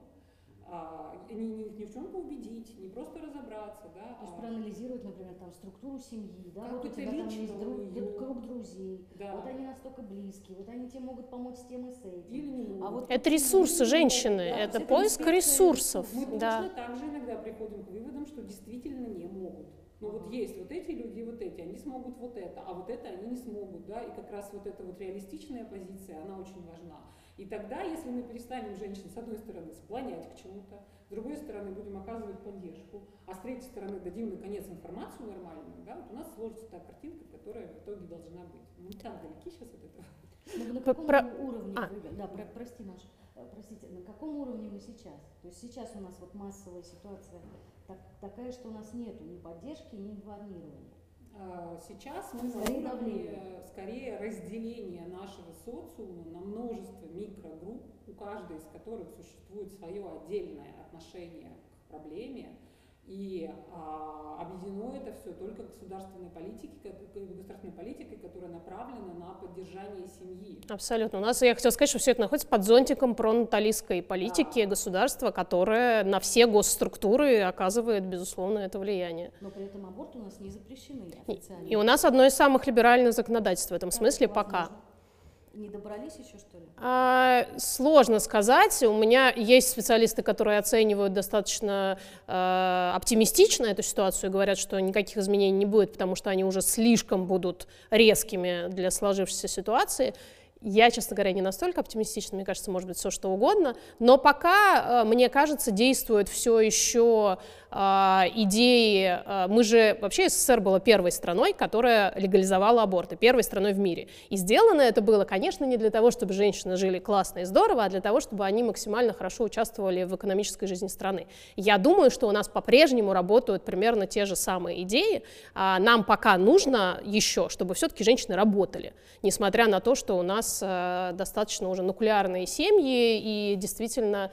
А, ни, ни, ни в чем поубедить, не просто разобраться, да. То есть а... проанализировать, например, там структуру семьи, да, как вот у тебя там есть друг, круг друзей, да. вот они настолько близкие, вот они тебе могут помочь с тем и с этим. Или не могут. А вот это ресурсы женщины, да, это это поиск ресурсов. Мы да. точно так же иногда приходим к выводам, что действительно не могут. Но вот есть вот эти люди, вот эти, они смогут вот это, а вот это они не смогут, да, и как раз вот эта вот реалистичная позиция, она очень важна. И тогда, если мы перестанем женщин, с одной стороны, склонять к чему-то, с другой стороны, будем оказывать поддержку, а с третьей стороны, дадим, наконец, информацию нормальную, да, вот у нас сложится та картинка, которая в итоге должна быть. Мы так далеки сейчас от этого. Ну, на каком Про... уровне, а. да, про, прости, Маша, простите, на каком уровне мы сейчас? То есть сейчас у нас вот массовая ситуация так, такая, что у нас нету ни поддержки, ни информирования. Сейчас мы скорее на уровне, давление. скорее разделения нашего социума на множество микрогрупп, у каждой из которых существует свое отдельное отношение к проблеме, и а, объединено это все только государственной политикой, государственной политикой, которая направлена на поддержание семьи. Абсолютно. У нас, я хотела сказать, что все это находится под зонтиком пронаталистской политики да. государства, которое на все госструктуры оказывает, безусловно, это влияние. Но при этом аборты у нас не запрещены официально. И у нас одно из самых либеральных законодательств в этом как смысле пока. Не добрались еще, что ли? А, сложно сказать. У меня есть специалисты, которые оценивают достаточно э, оптимистично эту ситуацию и говорят, что никаких изменений не будет, потому что они уже слишком будут резкими для сложившейся ситуации. Я, честно говоря, не настолько оптимистична, мне кажется, может быть, все что угодно, но пока, э, мне кажется, действует все еще э, идеи, э, мы же, вообще СССР была первой страной, которая легализовала аборты, первой страной в мире, и сделано это было, конечно, не для того, чтобы женщины жили классно и здорово, а для того, чтобы они максимально хорошо участвовали в экономической жизни страны. Я думаю, что у нас по-прежнему работают примерно те же самые идеи, а нам пока нужно еще, чтобы все-таки женщины работали, несмотря на то, что у нас достаточно уже нуклеарные семьи, и действительно,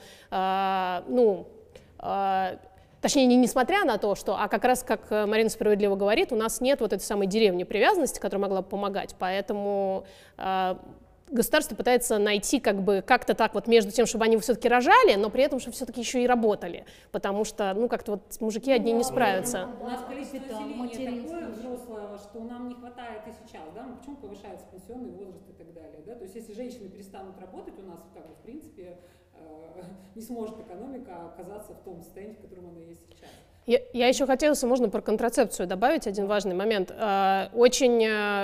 э, ну, э, точнее, не несмотря на то, что, а как раз, как Марина справедливо говорит, у нас нет вот этой самой деревни привязанности, которая могла бы помогать, поэтому э, государство пытается найти как бы как-то так вот между тем, чтобы они все-таки рожали, но при этом, чтобы все-таки еще и работали, потому что, ну, как-то вот мужики одни не справятся. У нас количество населения такое взрослое, что нам не хватает и сейчас, да, почему повышается пенсионный возраст и так далее, да, то есть если женщины перестанут работать, у нас, как бы, в принципе, э, не сможет экономика оказаться в том состоянии, в котором она есть сейчас. Я, я еще хотела, если можно, про контрацепцию добавить один важный момент. Очень,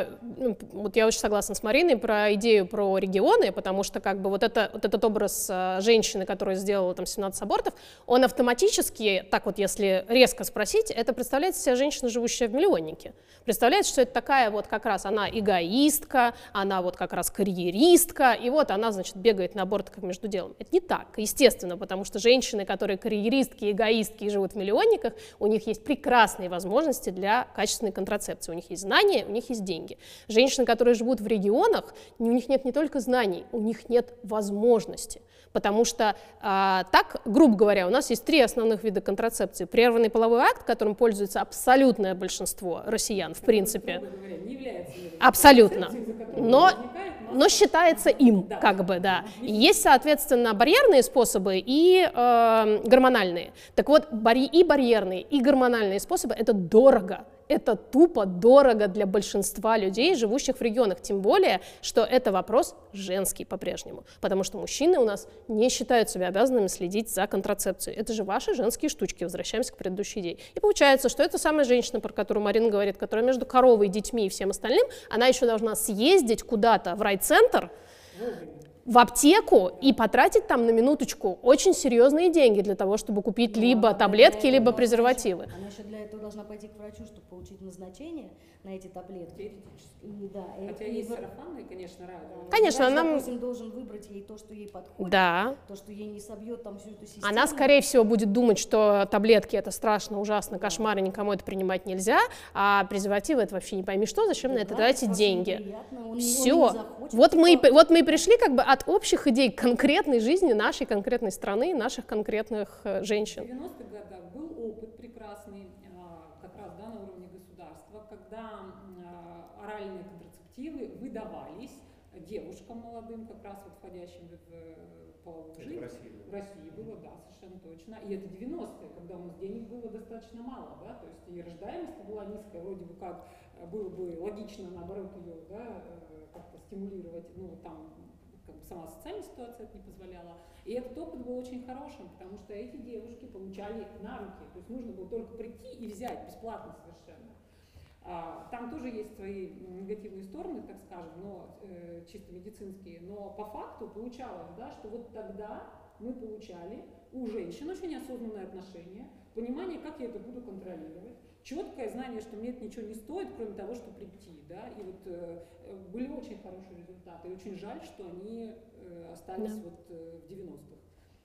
вот я очень согласна с Мариной про идею про регионы, потому что как бы вот, это, вот этот образ женщины, которая сделала там семнадцать абортов, он автоматически, так вот если резко спросить, это представляет себе женщина, живущая в миллионнике. Представляет, что это такая вот как раз она эгоистка, она вот как раз карьеристка, и вот она, значит, бегает на аборт как между делом. Это не так, естественно, потому что женщины, которые карьеристки, эгоистки и живут в миллионниках, республиках, у них есть прекрасные возможности для качественной контрацепции. У них есть знания, у них есть деньги. Женщины, которые живут в регионах, у них нет не только знаний, у них нет возможности. Потому что а, так, грубо говоря, у нас есть три основных вида контрацепции. Прерванный половой акт, которым пользуется абсолютное большинство россиян, в принципе. Говоря, не является абсолютно. Но, но считается им, да. как бы, да. И есть, соответственно, барьерные способы и э, гормональные. Так вот, барь и барьерные, и гормональные способы – это дорого. Это тупо дорого для большинства людей, живущих в регионах, тем более, что это вопрос женский по-прежнему, потому что мужчины у нас не считают себя обязанными следить за контрацепцией. Это же ваши женские штучки, возвращаемся к предыдущей идее. И получается, что эта самая женщина, про которую Марина говорит, которая между коровой, детьми и всем остальным, она еще должна съездить куда-то в райцентр, в аптеку и потратить там на минуточку очень серьезные деньги для того, чтобы купить Ну, либо она таблетки, для этого либо должна презервативы. еще- Она еще для этого должна пойти к врачу, чтобы получить назначение на эти таблетки. Теоретически. И, да, и- Хотя и есть в- сарафанные, конечно, радио. Конечно, врач, она- допустим, должен выбрать ей то, что ей подходит, Да. то, что ей не собьет там всю эту систему. Она, скорее всего, будет думать, что таблетки — это страшно, ужасно, кошмар, и никому это принимать нельзя, а презервативы — это вообще не пойми что, зачем на это Да, тратить просто деньги. неприятно, он не- он не Все. захочет, Вот мы, и типа. п- вот мы и пришли как бы от общих идей к конкретной жизни нашей конкретной страны, наших конкретных э, В женщин. девяностых годах был опыт прекрасный, а, как раз да, на уровне государства, когда а, оральные контрацептивы выдавались девушкам молодым, как раз вот входящим в половую Это жизнь. в России было. В России было, да, совершенно точно. И это девяностые, когда у нас денег было достаточно мало, да, то есть и рождаемость была низкая, вроде бы как э, было бы логично, наоборот, ее, да, э, как-то стимулировать, ну, там, как бы сама социальная ситуация это не позволяла. И этот опыт был очень хорошим, потому что эти девушки получали на руки, то есть нужно было только прийти и взять бесплатно совершенно. А, там тоже есть свои негативные стороны, так скажем, но э, чисто медицинские, но по факту получалось, да, что вот тогда мы получали у женщин очень осознанное отношение, понимание, как я это буду контролировать, четкое знание, что мне это ничего не стоит, кроме того, что прийти, да, и вот э, были очень хорошие результаты, и очень жаль, что они э, остались Да. вот э, в девяностых.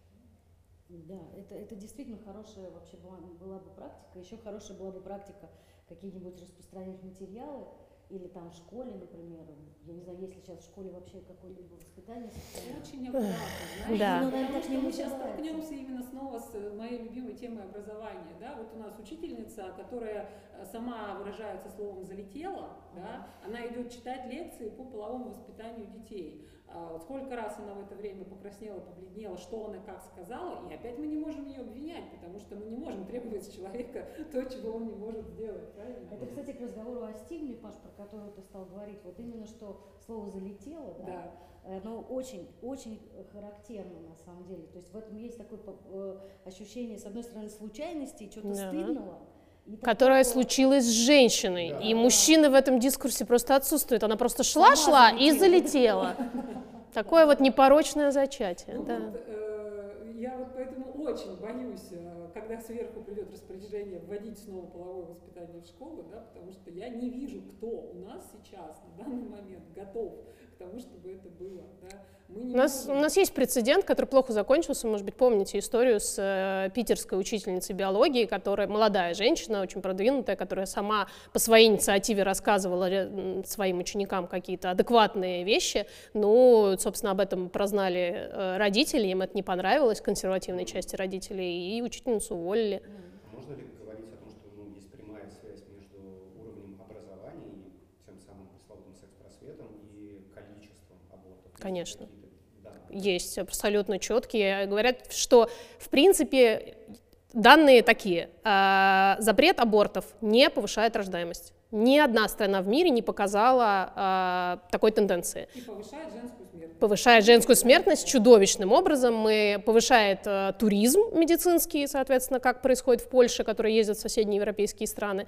Да, это, это действительно хорошая вообще была, была бы практика. Еще хорошая была бы практика какие-нибудь распространять материалы, или там в школе, например. Я не знаю, есть ли сейчас в школе вообще какое-либо воспитание. Очень аккуратно, знаешь, Да. ну, Ну, наверное, потому так что не мы сейчас называется. столкнемся именно снова с моей любимой темой образования, да, вот у нас учительница, которая э, сама выражается словом «залетела», да, она идет читать лекции по половому воспитанию детей. А вот сколько раз она в это время покраснела, побледнела, что она как сказала, и опять мы не можем ее обвинять, потому что мы не можем требовать с человека то, чего он не может сделать, правильно? Это, кстати, к разговору о стигме, Паш, про которую ты стал говорить. Вот именно что слово «залетело», да, Да. оно очень-очень характерно на самом деле. То есть в этом есть такое э, ощущение, с одной стороны, случайности, чего-то Да. стыдного. и Которая такого- случилась с женщиной, Да. и мужчины в этом дискурсе просто отсутствуют. Она просто шла-шла Сама и залетела. залетела. Такое вот непорочное зачатие. Ну Да. вот, э, я вот поэтому очень боюсь, э, когда сверху придет распоряжение вводить снова половое воспитание в школу, да, потому что я не вижу, кто у нас сейчас на данный момент готов к тому, чтобы это было. Да. Мы не У нас, у можем- нас есть прецедент, который плохо закончился. Может быть, помните историю с э, питерской учительницей биологии, которая молодая женщина, очень продвинутая, которая сама по своей инициативе рассказывала ре- своим ученикам какие-то адекватные вещи. Ну, собственно, об этом прознали э, родители, им это не понравилось, консервативной части родителей, и учительницу уволили. Можно ли говорить о том, что ну, есть прямая связь между уровнем образования и тем самым пресловутым секс-просветом и количеством абортов? Есть Конечно. какие-то данные? Есть абсолютно четкие. Говорят, что, в принципе, данные такие. А, запрет абортов не повышает рождаемость. Ни одна страна в мире не показала а, такой тенденции. И повышает женскую смертность. Повышает женскую смертность чудовищным образом, мы, повышает э, туризм медицинский, соответственно, как происходит в Польше, которые ездят в соседние европейские страны.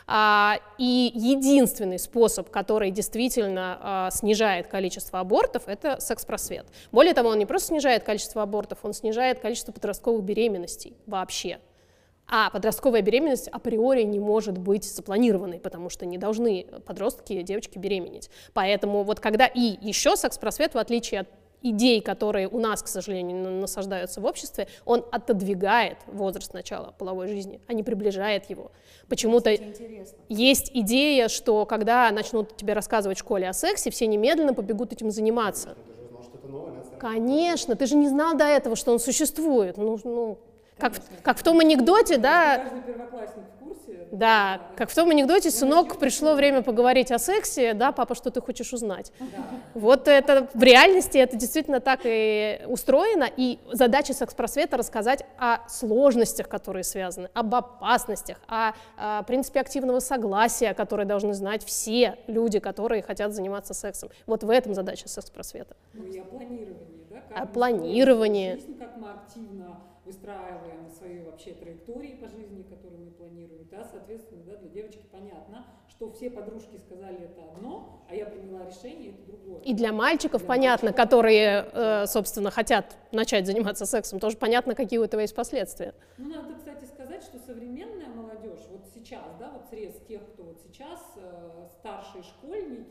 А, и единственный способ, который действительно а, снижает количество абортов, это секс-просвет. Более того, он не просто снижает количество абортов, он снижает количество подростковых беременностей вообще. А подростковая беременность априори не может быть запланированной, потому что не должны подростки, девочки беременеть. Поэтому вот когда и еще секс-просвет, в отличие от идей, которые у нас, к сожалению, на- насаждаются в обществе, он отодвигает возраст начала половой жизни, а не приближает его. Почему-то Кстати, интересно. есть идея, что когда начнут тебе рассказывать в школе о сексе, все немедленно побегут этим заниматься. Ты же узнал, что это новое, надо сразу. Конечно, ты же не знал до этого, что он существует. Ну, ну, как, Конечно. как в том анекдоте, да, Каждый первоклассник в курсе. да, как в том анекдоте, сынок, пришло время поговорить о сексе, да, папа, что ты хочешь узнать? Да. Вот это в реальности это действительно так и устроено, и задача секс-просвета рассказать о сложностях, которые связаны, об опасностях, о, о принципе активного согласия, которые должны знать все люди, которые хотят заниматься сексом. Вот в этом задача секс-просвета. Ну и о планировании, да? Как О мы планировании. строим жизнь, как мы активно выстраиваем свои вообще траектории по жизни, которые мы планируем. Да, соответственно, да, для девочки понятно, что все подружки сказали это одно, а я приняла решение, это другое. И для мальчиков Для понятно, мальчиков. которые, э, собственно, хотят начать заниматься сексом, тоже понятно, какие у этого есть последствия. Ну, надо, кстати, сказать, что современная молодежь, вот сейчас, да, вот срез тех, кто вот сейчас, э, старшие школьники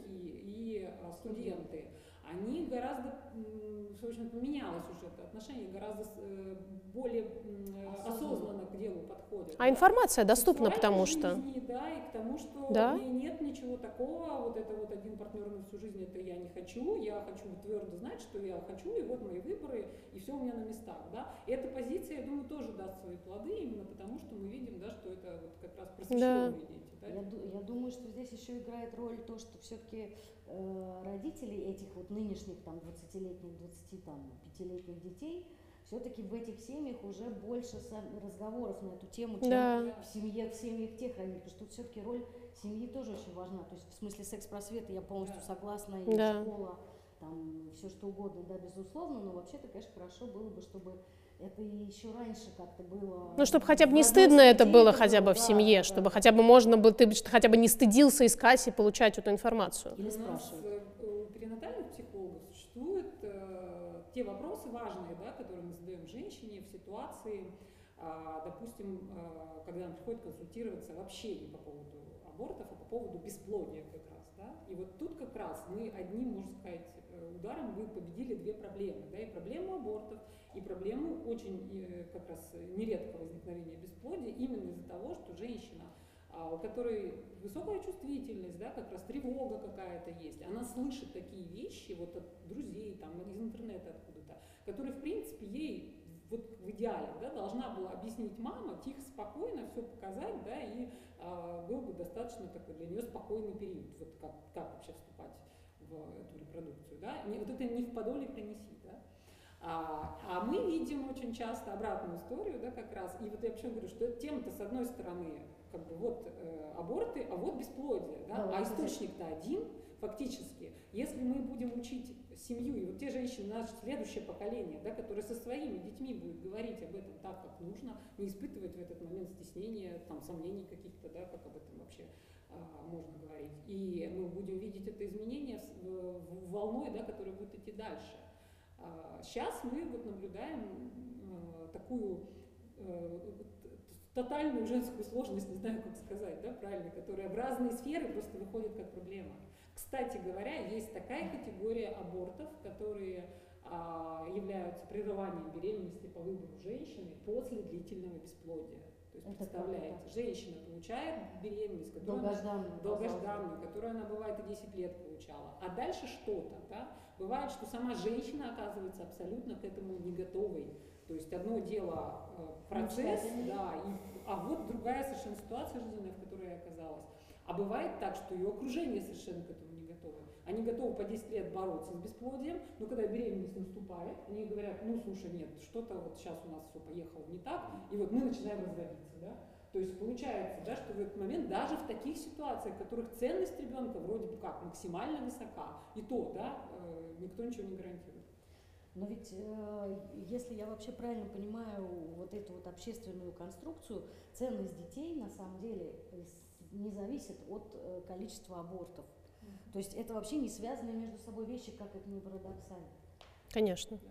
и э, студенты, они гораздо, м, в общем, поменялось уже это отношение, гораздо э, более м, осознанно к делу подходят. А да. информация доступна, Сексуальной потому что... жизни, да, и к тому, что Да. в ней нет ничего такого, вот это вот один партнер на всю жизнь, это я не хочу, я хочу твердо знать, что я хочу, и вот мои выборы, и все у меня на местах, да. И эта позиция, я думаю, тоже даст свои плоды, именно потому, что мы видим, да, что это вот как раз просвещенные дети, да. Я, ду- я думаю, что здесь еще играет роль то, что все-таки э, родители этих вот нынешних там двадцатилетних, двадцатипятилетних детей, все-таки в этих семьях уже больше сам- разговоров на эту тему, чем Да. в семье, в семьях тех родителей, потому что тут все-таки роль семьи тоже очень важна. То есть в смысле секс-просвета я полностью Да. согласна, и Да. школа, там все что угодно, да, безусловно, но вообще-то, конечно, хорошо было бы, чтобы это еще раньше как-то было. Ну, чтобы хотя бы не в одной стыдно это среде было это хотя бы в да, семье, да, чтобы да. хотя бы можно было, ты бы хотя бы не стыдился искать и получать эту информацию. Или У нас спрашивать. э, у перинатальных психологов существуют э, те вопросы важные, да, которые мы задаем женщине в ситуации, а, допустим, э, когда она приходит консультироваться вообще не по поводу абортов, а по поводу бесплодия как раз. Да? И вот тут как раз мы одним, можно сказать, э, ударом вы победили две проблемы. Да? И проблему абортов, и проблему очень э, как раз нередкого возникновения бесплодия именно из-за того, что женщина, а, у которой высокая чувствительность, да, как раз тревога какая-то есть, она слышит такие вещи вот от друзей, там, из интернета откуда-то, которые, в принципе, ей вот в идеале, да, должна была объяснить мама, тихо, спокойно все показать, да, и а, был бы достаточно такой для нее спокойный период, вот как, как вообще вступать в эту репродукцию, да, не, вот это не в подоле принеси, да. А, а мы видим очень часто обратную историю, да, как раз, и вот я почему говорю, что эта тема-то с одной стороны, как бы вот э, аборты, а вот бесплодие, да, Да, а вот источник-то один, фактически. Если мы будем учить семью, и вот те женщины, наше следующее поколение, да, которое со своими детьми будет говорить об этом так, как нужно, не испытывать в этот момент стеснения, там, сомнений каких-то, да, как об этом вообще а, можно говорить. И мы будем видеть это изменение с- в- в- волной, да, которая будет идти дальше. А, сейчас мы вот наблюдаем э, такую э, тотальную женскую сложность, не знаю, как сказать, да, правильно, которая в разные сферы просто выходит как проблема. Кстати говоря, есть такая категория абортов, которые а, являются прерыванием беременности по выбору женщины после длительного бесплодия. То есть, Это представляете, как женщина получает беременность, которую она- Долгожданную. долгожданную, которую она бывает и десять лет получала. А дальше что-то, да? Бывает, что сама женщина оказывается абсолютно к этому не готовой. То есть одно дело э, процесс, да, и, а вот другая совершенно ситуация жизненная, в которой я оказалась. А бывает так, что ее окружение совершенно к этому не готово. Они готовы по десять лет бороться с бесплодием, но когда беременность наступает, они говорят, ну слушай, нет, что-то вот сейчас у нас все поехало не так, и вот мы начинаем разводиться, да. То есть получается, да, что в этот момент даже в таких ситуациях, в которых ценность ребенка вроде бы как максимально высока, и то, да, э, никто ничего не гарантирует. Но ведь, э, если я вообще правильно понимаю вот эту вот общественную конструкцию, ценность детей на самом деле э, с- не зависит от э, количества абортов. То есть это вообще не связанные между собой вещи, как это ни парадоксально. Конечно.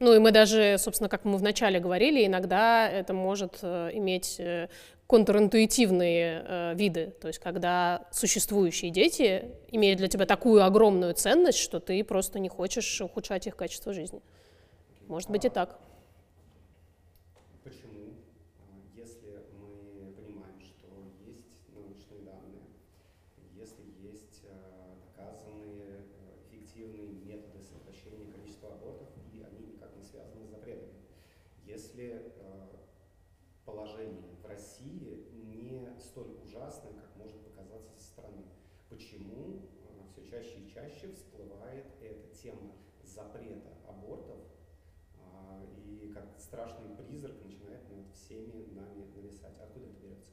Ну и мы даже, собственно, как мы вначале говорили, иногда это может э, иметь э, контринтуитивные э, виды, то есть когда существующие дети имеют для тебя такую огромную ценность, что ты просто не хочешь ухудшать их качество жизни. Может быть и так. Почему, если мы понимаем, что есть научные данные, если есть доказанные эффективные методы сокращения количества абортов, и они никак не связаны с запретами, если положение в России не столь ужасное, как может показаться со стороны, почему все чаще и чаще всплывает эта тема запрета абортов, и как страшный призрак начинает над всеми нами нависать? Откуда это берется?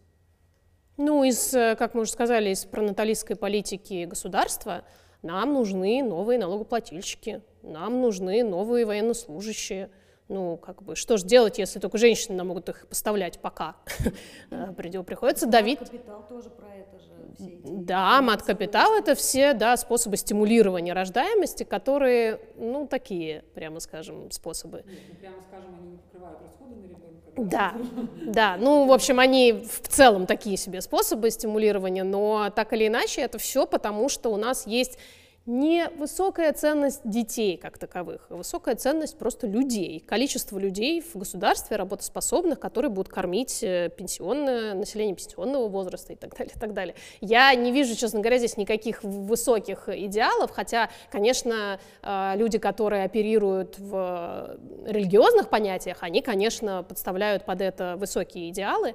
Ну, из, как мы уже сказали, из пронаталистской политики государства нам нужны новые налогоплательщики, нам нужны новые военнослужащие. Ну, как бы, что же делать, если только женщины могут их поставлять пока? Приходится давить. Мат-капитал тоже про это же. Все эти Да, мат-капитал — это все, да, способы стимулирования рождаемости, которые, ну, такие, прямо скажем, способы. Нет, ну, прямо скажем, они не покрывают расходы на ребенка. Да, да, ну, в общем, они в целом такие себе способы стимулирования, но так или иначе это все потому, что у нас есть не высокая ценность детей как таковых, а высокая ценность просто людей, количество людей в государстве работоспособных, которые будут кормить пенсионное население пенсионного возраста и так далее, и так далее. Я не вижу, честно говоря, здесь никаких высоких идеалов, хотя, конечно, люди, которые оперируют в религиозных понятиях, они, конечно, подставляют под это высокие идеалы,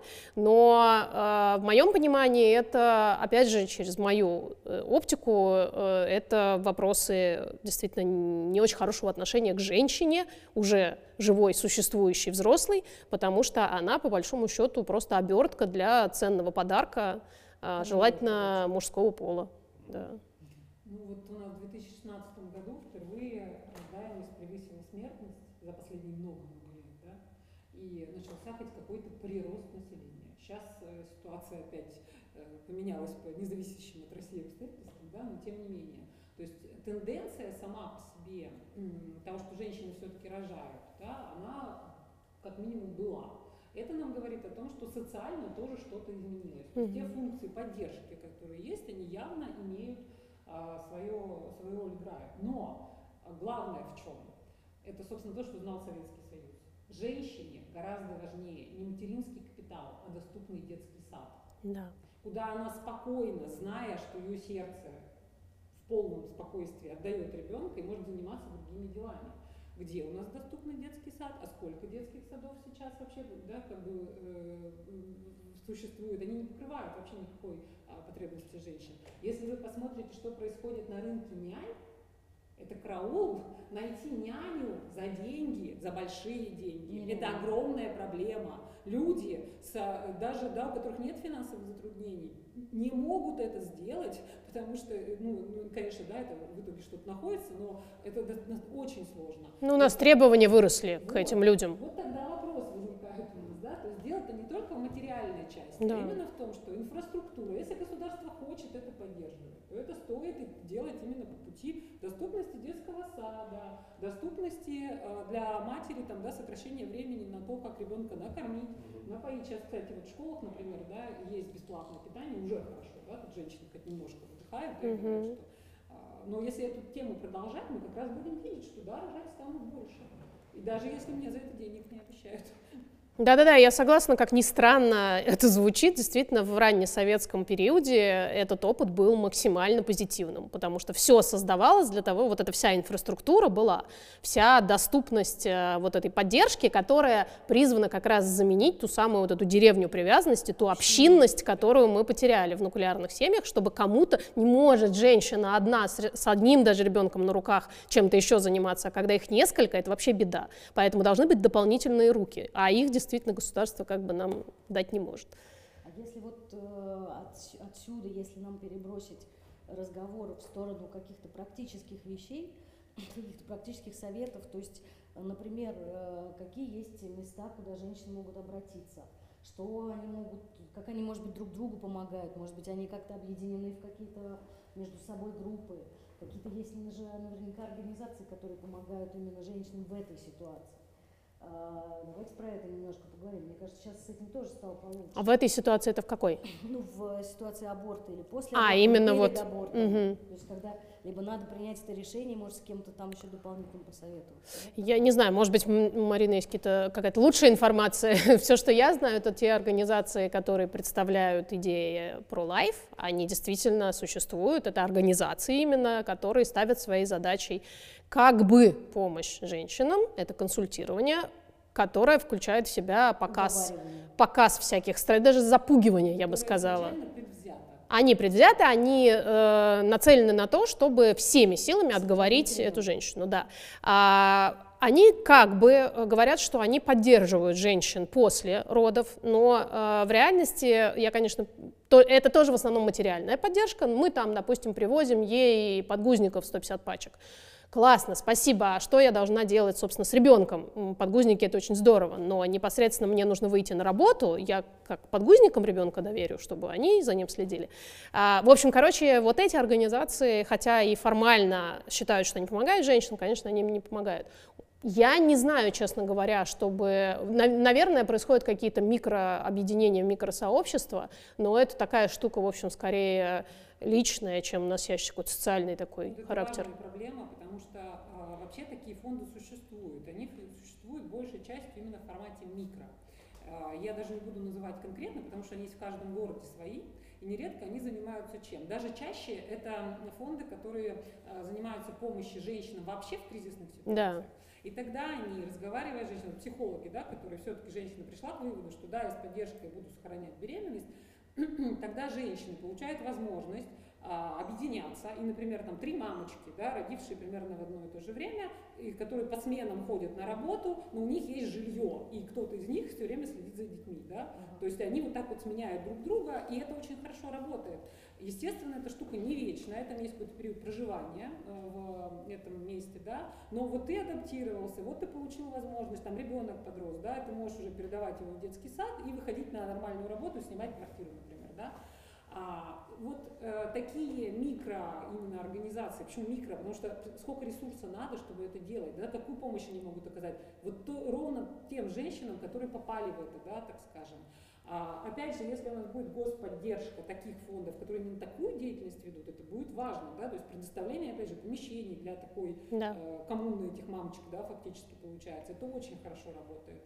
но в моем понимании это, опять же, через мою оптику, это вопросы действительно не очень хорошего отношения к женщине, уже живой, существующей, взрослой, потому что она, по большому счету, просто обертка для ценного подарка, желательно мужского пола. Да. Ну вот у нас в две тысячи шестнадцатом году впервые рождаемость превысила смертность за последние много-много лет, да, и начался хоть какой-то прирост населения. Сейчас э, ситуация опять э, поменялась по независящим от России обстоятельствам, да, но тем не менее. То есть тенденция сама по себе того, что женщины все-таки рожают, да, она как минимум была. Это нам говорит о том, что социально тоже что-то изменилось. То есть те функции поддержки, которые есть, они явно имеют а, свое, свою роль играют. Но главное в чем? Это, собственно, то, что знал Советский Союз. Женщине гораздо важнее не материнский капитал, а доступный детский сад. Да. Куда она спокойно, зная, что ее сердце в полном спокойствии отдает ребенка и может заниматься другими делами. Где у нас доступный детский сад, а сколько детских садов сейчас вообще, да, как бы, э, существует, они не покрывают вообще никакой а, потребности женщин. Если вы посмотрите, что происходит на рынке нянь, это караул, найти няню за деньги, за большие деньги. Mm-hmm. Это огромная проблема. Люди, с, даже да, у которых нет финансовых затруднений, не могут это сделать, потому что, ну, ну конечно, да, это в итоге что-то находится, но это очень сложно. Ну, у нас это... требования выросли вот, к этим людям. Вот тогда вопрос возникает у нас, да, то есть дело-то не только в материальной части, да. а именно в том, что инфраструктура, если государство хочет это поддерживать, то это стоит делать именно по пути доступности детского сада, доступности э, для матери, там, да, сокращения времени на то, как ребенка накормить, напоить. Сейчас, кстати, вот в школах, например, да, есть бесплатное питание, уже хорошо, да, тут женщины хоть немножко выдыхают, да, uh-huh. говорят, что, э, но если эту тему продолжать, мы как раз будем видеть, что да, рожать станут больше. И даже если мне за это денег не обещают. Да-да-да, я согласна, как ни странно это звучит, действительно, в раннесоветском периоде этот опыт был максимально позитивным, потому что все создавалось для того, вот эта вся инфраструктура была, вся доступность вот этой поддержки, которая призвана как раз заменить ту самую вот эту деревню привязанности, ту общинность, которую мы потеряли в нуклеарных семьях, чтобы кому-то не может женщина одна с, с одним даже ребенком на руках чем-то еще заниматься, а когда их несколько, это вообще беда. Поэтому должны быть дополнительные руки, а их действительно Действительно, государство как бы нам дать не может. А если вот э, от, отсюда, если нам перебросить разговор в сторону каких-то практических вещей, каких-то практических советов, то есть, например, э, какие есть места, куда женщины могут обратиться, что они могут, как они, может быть, друг другу помогают, может быть, они как-то объединены в какие-то между собой группы. Какие-то есть же наверняка организации, которые помогают именно женщинам в этой ситуации. А, давайте про это немножко поговорим. Мне кажется, сейчас с этим тоже стало получше. А в этой ситуации это в какой? Ну, в ситуации аборта или после А, аборта, именно перед вот. абортом. Мгм. То есть, когда либо надо принять это решение, может, с кем-то там еще дополнительно посоветоваться. Да? Я не знаю, может быть, м- у Марины есть какие-то, какая-то лучшая информация. Все, что я знаю, это те организации, которые представляют идеи pro-life. Они действительно существуют. Это организации именно, которые ставят своей задачей как бы помощь женщинам. Это консультирование, которое включает в себя показ, Уговаривание. показ всяких страстей, даже запугивание, я бы Которое сказала. изначально предвзято. Они предвзяты, они э, нацелены на то, чтобы всеми силами отговорить Контролировать. эту женщину. Да. А, они как бы э, говорят, что они поддерживают женщин после родов, но э, в реальности, я, конечно, то, это тоже в основном материальная поддержка. Мы там, допустим, привозим ей подгузников сто пятьдесят пачек. Классно, спасибо. А что я должна делать, собственно, с ребенком? М, Подгузники — это очень здорово, но непосредственно мне нужно выйти на работу, я как подгузникам ребенка доверю, чтобы они за ним следили. А, в общем, короче, вот эти организации, хотя и формально считают, что они помогают женщинам, конечно, они им не помогают. Я не знаю, честно говоря, чтобы... на- Наверное, происходят какие-то микрообъединения, микросообщества, но это такая штука, в общем, скорее личная, чем носящая какой-то социальный такой Вот это характер. важная проблема, потому что а, вообще такие фонды существуют. Они ф- существуют большей частью именно в формате микро. А, я даже не буду называть конкретно, потому что они есть в каждом городе свои, и нередко они занимаются чем. Даже чаще это фонды, которые а, занимаются помощью женщинам вообще в кризисных ситуациях. Да. И тогда они, разговаривая с женщинами, психологи, да, которые все-таки женщина пришла к выводу, что да, я с поддержкой буду сохранять беременность, тогда женщины получают возможность а, объединяться, и, например, там три мамочки, да, родившие примерно в одно и то же время, и которые по сменам ходят на работу, но у них есть жилье, и кто-то из них все время следит за детьми, да, то есть они вот так вот сменяют друг друга, и это очень хорошо работает. Естественно, эта штука не вечная, там есть какой-то период проживания э, в этом месте, да, но вот ты адаптировался, вот ты получил возможность, там ребенок подрос, да, ты можешь уже передавать его в детский сад и выходить на нормальную работу, снимать квартиру, например, да. А, вот э, такие микро именно организации, почему микро, потому что сколько ресурса надо, чтобы это делать, да, какую помощь они могут оказать, вот то, ровно тем женщинам, которые попали в это, да, так скажем. А, опять же, если у нас будет господдержка таких фондов, которые именно такую деятельность ведут, это будет важно, да, то есть предоставление, опять же, помещений для такой Да. э, коммуны этих мамочек, да, фактически получается, это очень хорошо работает.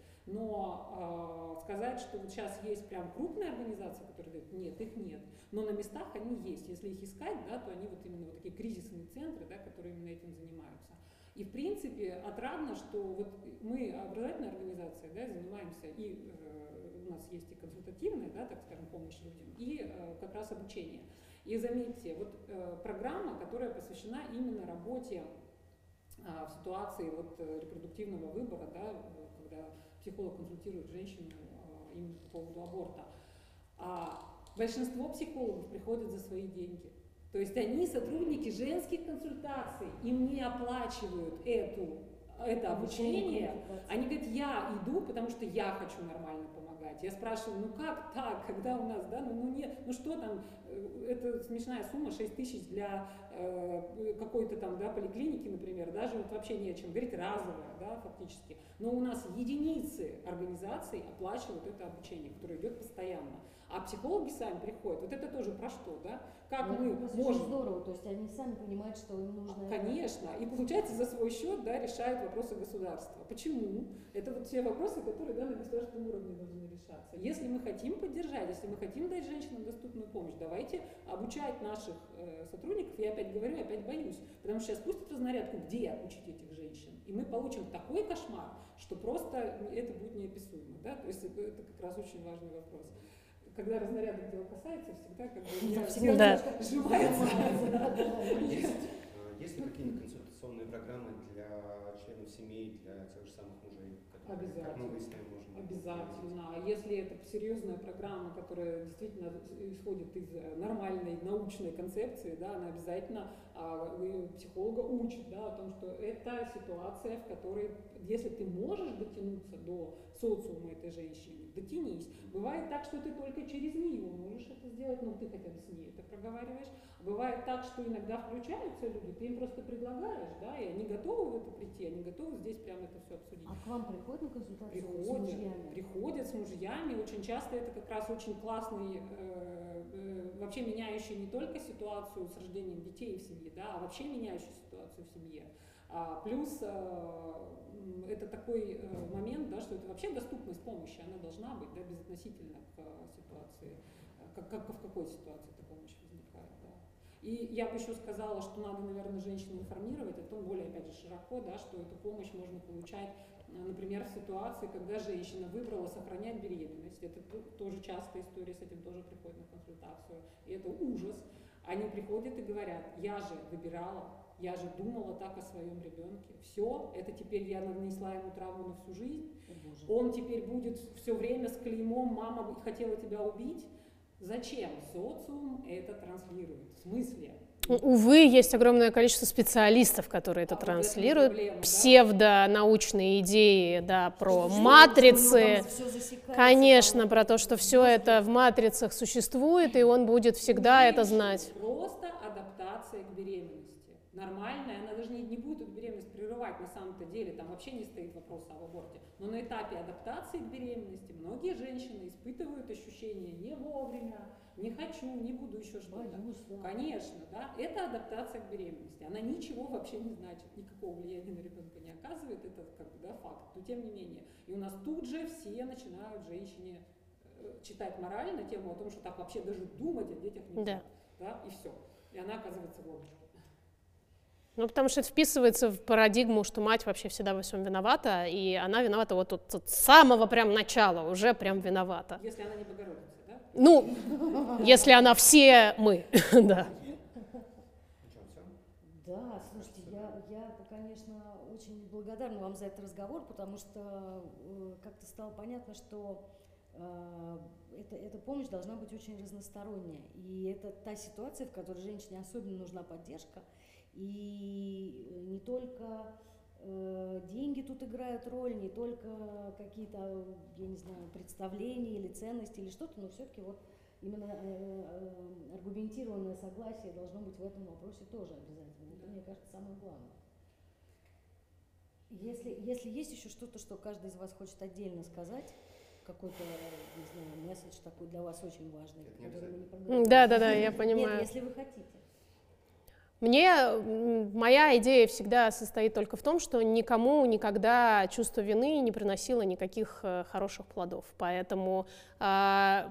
Но э, сказать, что вот сейчас есть прям крупные организации, которые дают, нет, их нет. Но на местах они есть. Если их искать, да, то они вот именно вот такие кризисные центры, да, которые именно этим занимаются. И в принципе отрадно, что вот мы, образовательная организация, да, занимаемся, и э, у нас есть и консультативная, да, так скажем, помощь людям, и э, как раз обучение. И заметьте, вот э, программа, которая посвящена именно работе э, в ситуации вот, э, репродуктивного выбора, да, когда психолог консультирует женщину э, именно по поводу аборта. А большинство психологов приходят за свои деньги. То есть они сотрудники женских консультаций, им не оплачивают эту, это обучение. Они говорят, я иду, потому что я хочу нормально помогать. Я спрашиваю, ну как так, когда у нас, да, ну, ну нет, ну что там, это смешная сумма, шесть тысяч для э, какой-то там, да, поликлиники, например, даже вот вообще не о чем говорить, разовая, да, фактически. Но у нас единицы организаций оплачивают это обучение, которое идет постоянно. А психологи сами приходят. Вот это тоже про что, да? Как Ну, мы это можем... очень здорово, то есть они сами понимают, что им нужно... Конечно. И получается за свой счет, да, решают вопросы государства. Почему? Это вот все вопросы, которые, да, на государственном уровне должны решаться. Если мы хотим поддержать, если мы хотим дать женщинам доступную помощь, давайте обучать наших э, сотрудников. Я опять говорю, опять боюсь, потому что сейчас пустят разнарядку, где обучить этих женщин. И мы получим такой кошмар, что просто это будет неописуемо. Да? То есть это, это как раз очень важный вопрос. Когда разнарядок дела касается, всегда как бы я всегда сжимается. Есть ли какие-нибудь консультационные программы для членов семей, для тех же самых мужей, которые, как мы выясняем, можем Обязательно. А если это серьезная программа, которая действительно исходит из нормальной научной концепции, да, она обязательно а, психолога учат, да, о том, что это ситуация, в которой, если ты можешь дотянуться до социума этой женщины, дотянись. Бывает так, что ты только через нее можешь это сделать, но ты хотя бы с ней это проговариваешь. Бывает так, что иногда включаются люди, ты им просто предлагаешь, да, и они готовы в это прийти, они готовы здесь прямо это все обсудить. А к вам приходят на консультацию Приходят, с мужьями? приходят с мужьями, очень часто это как раз очень классный, э, э, вообще меняющий не только ситуацию с рождением детей в семье, да, а вообще меняющий ситуацию в семье. А, плюс э, это такой э, момент, да, что это вообще доступность помощи, она должна быть, да, безотносительно к э, ситуации, как, как, в какой ситуации эта помощь возникает. Да. И я бы еще сказала, что надо, наверное, женщин информировать о том, более, опять же, широко, да, что эту помощь можно получать, например, в ситуации, когда женщина выбрала сохранять беременность. Это тоже частая история, с этим тоже приходят на консультацию. И это ужас. Они приходят и говорят: я же выбирала, я же думала так о своем ребенке. Все, это теперь я нанесла ему травму на всю жизнь. Он теперь будет все время с клеймом: мама хотела тебя убить. Зачем социум это транслирует? В смысле? Увы, есть огромное количество специалистов, которые это а транслируют. Вот проблема, псевдонаучные идеи, да, про Что матрицы. засекается, Конечно, там, про то, что все это в матрицах существует, и он будет всегда это знать. Просто адаптация к беременности. Нормальная, она даже не, не будет эту беременность прерывать на самом-то деле, там вообще не стоит вопроса об аборте. Но на этапе адаптации к беременности многие женщины испытывают ощущение не вовремя, не хочу, не буду еще что-то. Боюсь, да. Конечно, да, это адаптация к беременности. Она ничего вообще не значит, никакого влияния на ребенка не оказывает, это как бы, да, факт. Но тем не менее. И у нас тут же все начинают женщине э, читать мораль на тему о том, что так вообще даже думать о детях нельзя. Да. Да, и все. И она оказывается в ловушке. Ну, потому что это вписывается в парадигму, что мать вообще всегда во всем виновата, и она виновата вот тут, тут с самого прям начала, уже прям виновата. Если она не Богородица, да? Ну, если она все мы, да. Да, слушайте, я, я, конечно, очень благодарна вам за этот разговор, потому что э, как-то стало понятно, что э, это, эта помощь должна быть очень разносторонняя. И это та ситуация, в которой женщине особенно нужна поддержка. И не только э, деньги тут играют роль, не только какие-то, я не знаю, представления или ценности или что-то, но все-таки вот именно э, э, аргументированное согласие должно быть в этом вопросе тоже обязательно. Это, мне кажется, самое главное. Если, если есть еще что-то, что каждый из вас хочет отдельно сказать, какой-то, не знаю, месседж такой для вас очень важный, который мы не проговорили. Да, да, да, я понимаю. Нет, если вы хотите. Мне, моя идея всегда состоит только в том, что никому никогда чувство вины не приносило никаких э, хороших плодов. Поэтому, э,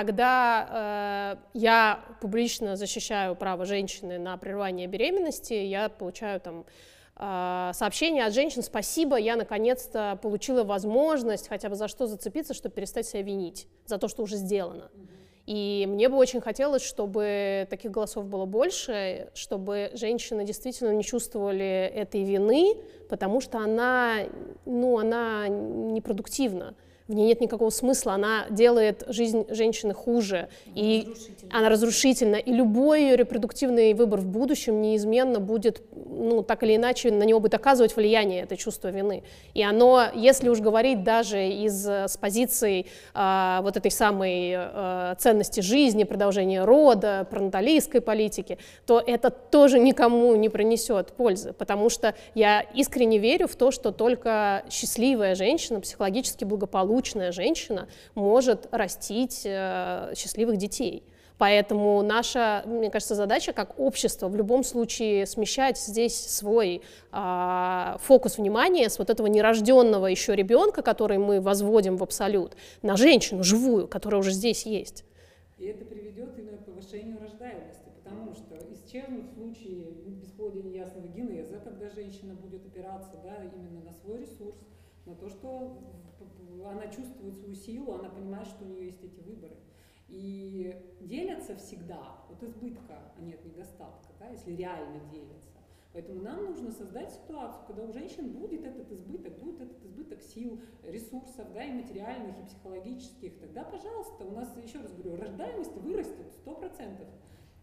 когда э, я публично защищаю право женщины на прерывание беременности, я получаю там э, сообщения от женщин: спасибо, я наконец-то получила возможность хотя бы за что зацепиться, чтобы перестать себя винить за то, что уже сделано. И мне бы очень хотелось, чтобы таких голосов было больше, чтобы женщины действительно не чувствовали этой вины, потому что она, ну, она непродуктивна. В ней нет никакого смысла, она делает жизнь женщины хуже, Она и разрушительна. она разрушительна, и любой ее репродуктивный выбор в будущем неизменно будет, ну, так или иначе, на него будет оказывать влияние это чувство вины. И оно, если уж говорить даже из, с позиции э, вот этой самой э, ценности жизни, продолжения рода, пронаталистской политики, то это тоже никому не принесет пользы, потому что я искренне верю в то, что только счастливая женщина, психологически благополучная женщина может растить э, счастливых детей. Поэтому наша, мне кажется, задача как общество в любом случае смещать здесь свой э, фокус внимания с вот этого нерожденного еще ребенка, который мы возводим в абсолют, на женщину живую, которая уже здесь есть. И это приведет и к повышению рождаемости, потому что исчезнут случаи бесплодия неясного генеза, когда женщина будет опираться, да, именно на свой ресурс, на то, что она чувствует свою силу, она понимает, что у нее есть эти выборы. И делятся всегда от избытка, а не от недостатка, да, если реально делятся. Поэтому нам нужно создать ситуацию, когда у женщин будет этот избыток, будет этот избыток сил, ресурсов, да, и материальных, и психологических. Тогда, пожалуйста, у нас, еще раз говорю, рождаемость вырастет сто процентов.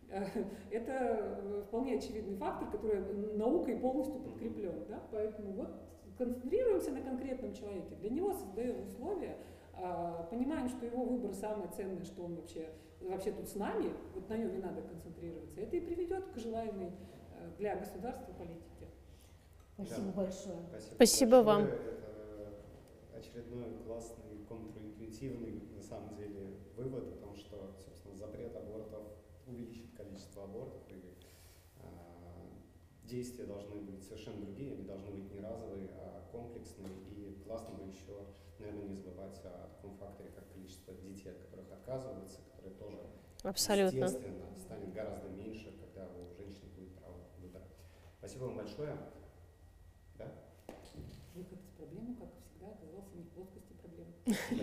Это вполне очевидный фактор, который наукой полностью подкреплен. Да? Поэтому вот концентрируемся на конкретном человеке, для него создаем условия, понимаем, что его выбор самое ценное, что он вообще, вообще тут с нами, вот на нем и надо концентрироваться. Это и приведет к желаемой для государства политике. Спасибо Да. большое. Спасибо, Спасибо большое. вам. Это очередной классный, контринтуитивный, на самом деле, вывод о том, что, собственно, запрет абортов увеличит количество абортов, и э, действия должны быть совершенно другие, они должны быть не разовые, а комплексные, и классно бы еще, наверное, не забывать о таком факторе, как количество детей, от которых отказываются, которые тоже, Абсолютно. естественно, станет гораздо меньше, когда у женщин будет право выбора. Спасибо вам большое. Да? Выход из проблемы, как всегда, оказался не в плоскости проблемы.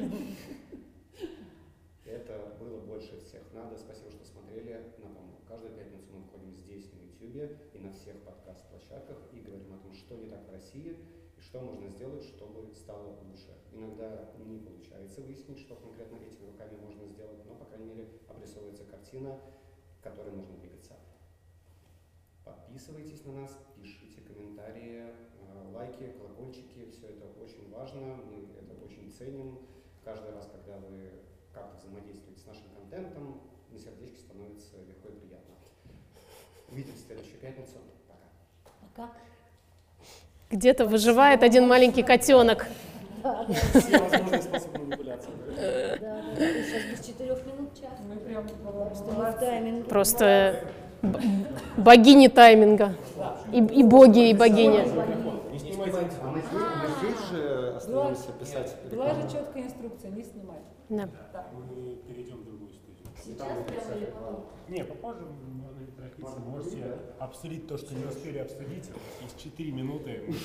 Это было больше всех надо. Спасибо, что смотрели. Напомню, каждую пятницу мы выходим здесь, на YouTube и на всех подкаст-площадках и говорим о том, что не так в России и что можно сделать, чтобы стало лучше. Иногда не получается выяснить, что конкретно этими руками можно сделать, но, по крайней мере, обрисовывается картина, к которой можно двигаться. Подписывайтесь на нас, пишите комментарии, лайки, колокольчики. Все это очень важно, мы это очень ценим. Каждый раз, когда вы как-то взаимодействуете с нашим контентом, на сердечке становится легко и приятно. Увидимся в следующую пятницу. Пока. Пока. Где-то выживает один маленький котенок. Все возможные способы манипуляции. Да, да, да. И сейчас без четырех минут час. Мы прям Так что мы в тайминге. Просто б- богини тайминга. И, и боги, и богини. Не снимайте. А мы здесь, мы здесь же остановимся писать была рекламу. же четкая инструкция, не снимать. Да. Мы перейдем в другую студию. Сейчас прямо или потом? Не, попозже можно не торопиться. Можете обсудить то, что не успели обсудить. Из четыре минуты мы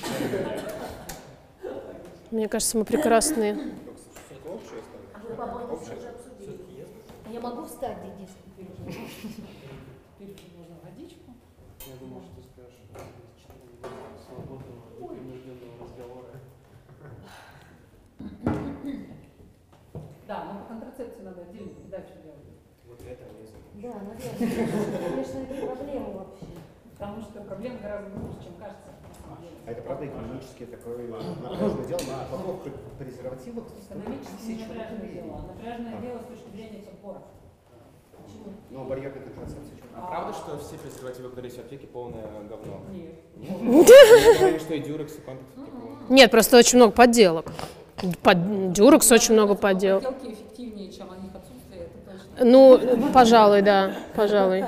Мне кажется, мы прекрасные. А вы, по-моему, уже обсудили. Я могу встать, Денис? Теперь можно водичку. Я думал, что ты скажешь четыре минуты свободного, непринужденного разговора. Да, но по контрацепции надо отдельно передачу делать. Вот это внизу. Да, наверное. Конечно, это проблема вообще. Потому что проблема гораздо больше, чем кажется. на самом деле. А это правда экономически такое напряженное дело. На упаковках презервативов Экономически не напряженное дело, а напряженное дело с точки зрения подбора. Почему? Но барьерная контрацепция. что? А правда, что все презервативы, которые есть в аптеке, полное говно? Нет. Говорили, что и дюрекс, и комплекс такого. Нет, просто очень много подделок. Под Дюрекс очень много подделок. Подделки эффективнее, чем о них отсутствие, это точно. Ну, пожалуй, да, пожалуй.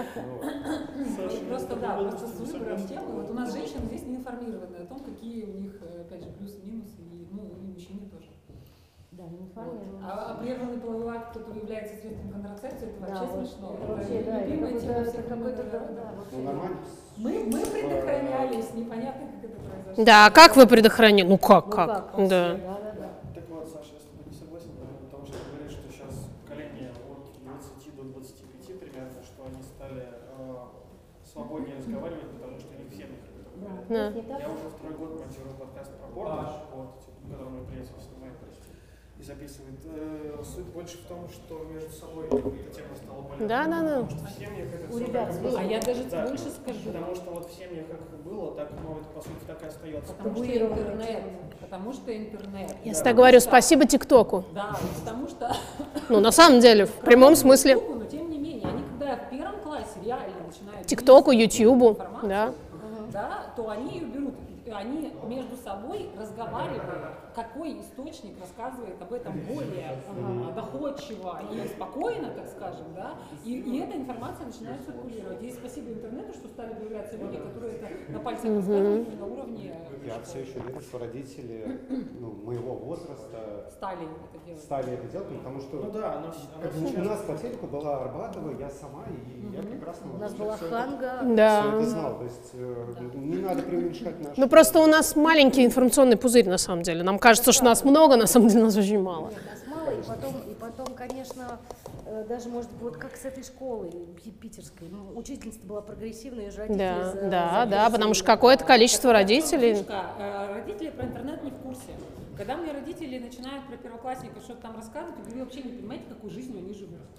Просто да, просто с выбором темы. Вот у нас женщины здесь не информированы о том, какие у них, опять же, плюсы-минусы, и, ну, и мужчины тоже. Да, не Вот. информирую. А, а прерванный половой акт, который является средством контрацепции, это вообще Да, вот, смешно. это вообще, да, это любимая какой-то, тема это всех какой-то, да, народов. да, Ну, вообще. нормально. Мы, мы предохранялись, непонятно, как это произошло. Да, как вы предохранили? Ну как, Ну как? вообще, Да. да, да, да. Так вот, Саша, я с тобой не согласен, потому что ты говоришь, что сейчас поколение от двадцати до двадцати пяти примерно, что они стали э, свободнее разговаривать, потому что у них в семьях это Да, происходит. Да. не так? Я уже второй год монтирую подкаст про порно, вот, который мой приятель снимает, прости, и записывает. Э, суть больше в том, что между собой эта тема стала более... Да, да, да. Потому что в семьях это У все ребят как и было. А я даже Да, больше скажу. Потому что вот в семьях как и было, так, ну, это по сути так и остается. Потому что интернет. Потому что интернет. Я всегда говорю спасибо ТикТоку. Да, потому что... Ну, на самом деле, в прямом смысле. Но тем не менее, они когда в первом классе реально начинают... ТикТоку, делиться Ютубу, информацией, да. да, то они ее берут, и они между собой разговаривают, какой источник рассказывает об этом более ага, доходчиво и спокойно, так скажем, да, и, и эта информация начинает циркулировать. И спасибо интернету, что стали появляться люди, которые это на пальцах рассказывают на уровне... Я все еще верю, что родители ну, моего возраста Стали это делать. стали это делать, потому что Ну да, оно, как оно бы сейчас... у нас по телеку была Арбатова, я сама, и я прекрасно У нас всё- была всё это- Ханга. всё Да. это знал. То есть э, не надо преуменьшать наши... Ну, просто у нас маленький информационный пузырь, на самом деле. Нам кажется, что нас много, на самом деле нас очень мало. Нет, нас мало, и потом, и потом, конечно, э, даже, может быть, вот как с этой школой пи- питерской. Ну, учительница была прогрессивная, и же родители Да, за- да, за да, версию. потому что какое-то количество родителей... Фишка, э, родители про интернет не в курсе. Когда мне родители начинают про первоклассников что-то там рассказывать, я говорю, вы вообще не понимаете, какой жизнью они живут.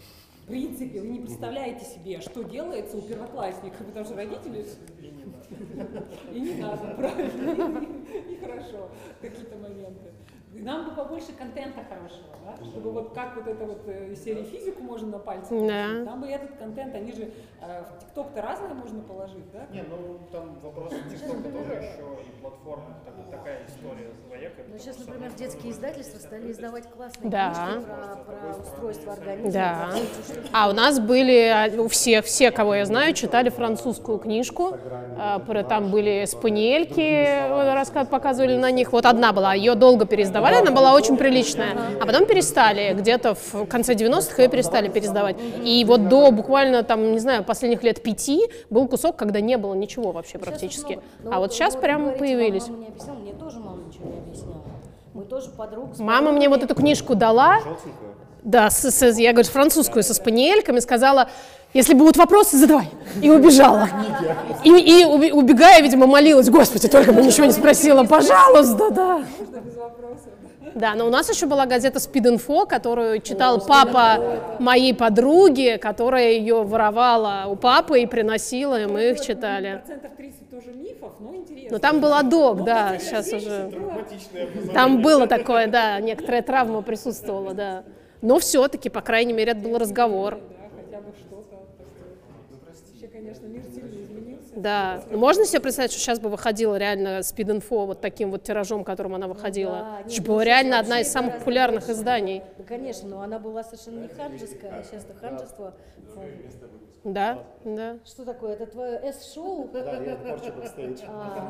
В принципе, вы не представляете себе, что делается у первоклассника, потому что родители... И не надо, правильно, и хорошо, какие-то моменты. Нам бы побольше контента хорошего, да? Чтобы вот как вот эта вот э, серия физику можно на пальцах, Да. там бы этот контент, они же э, в ТикТок-то разное можно положить, да? Не, ну там вопрос ТикТока тоже еще и платформа, так, такая история двоякая. Ну, сейчас, например, детские издательства стали издавать классные Да. книжки про, про устройство организма. Да. про все эти штуки. А у нас были, а, у всех, все, кого я знаю, читали французскую книжку. А, про, там были спаниельки, вот, рассказ показывали на них. Вот одна была, ее долго переиздавали, она была очень приличная. А потом перестали, где-то в конце девяностых ее перестали переиздавать. И вот до буквально, там, не знаю, последних лет пяти был кусок, когда не было ничего вообще практически. Сейчас много. А Но вот сейчас вы прям говорите, появились. Мама не объясняла, мне тоже мама ничего не объясняла. Мы тоже подруг. с Мама мне вот подругами- эту книжку дала. Желтенькую? Да, с, с- я, говорю, французскую со спаниельками, сказала, если будут вопросы, задавай. И убежала. И, и уби- убегая, видимо, молилась, Господи, только бы ничего не спросила, пожалуйста, да. Можно без вопросов. Да, но у нас еще была газета «Спид-инфо», которую читал папа моей подруги, которая ее воровала у папы и приносила, и мы их читали. Процентов тридцать тоже мифов, но интересно. Но там был адок, Ну, да, хотя сейчас здесь уже... Травматичное образование. Там было такое, да, некоторая травма присутствовала, да. Но все-таки, по крайней мере, это был разговор. Да, хотя бы что-то. Вообще, конечно, мир сильно изменился. Да. Можно себе представить, что сейчас бы выходила реально «Спид-инфо» вот таким вот тиражом, которым она выходила? Да, Это нет, же ну, была сейчас реально вообще одна из самых гораздо популярных больше. изданий. Да, конечно, но она была совершенно не ханжеская, а сейчас-то ханжество. Да, да. Что такое? Это твое эс-шоу? Да, я порчу бэкстейдж. А,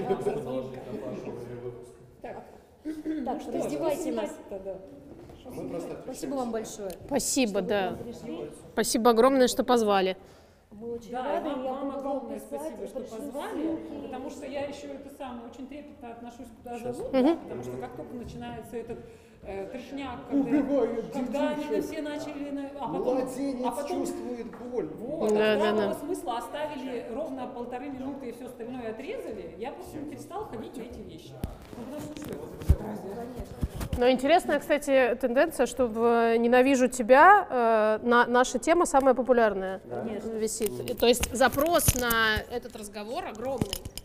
Так, Так, что что, раздевайте что нас. снимать-то, да? Мы просто Спасибо вам большое. Спасибо, что вы да. к нам пришли. Спасибо огромное, что позвали. Мы очень Да, и рады. вам, я вам буду огромное писать, спасибо, что пришлю позвали, ссылки. потому что я еще это самое очень трепетно отношусь, куда зовут, да, потому что как только начинается этот э, трешняк, когда, когда они на все начали, на- а потом, Младенец а потом чувствует боль. вот, Да, а да, здравого да. смысла оставили ровно полторы минуты и все остальное отрезали, я просто не перестала ходить на эти вещи. Ну, потому что что это, друзья? Но интересная, кстати, тенденция, что в «Ненавижу тебя» э, на, наша тема самая популярная висит. И, то есть запрос на этот разговор огромный.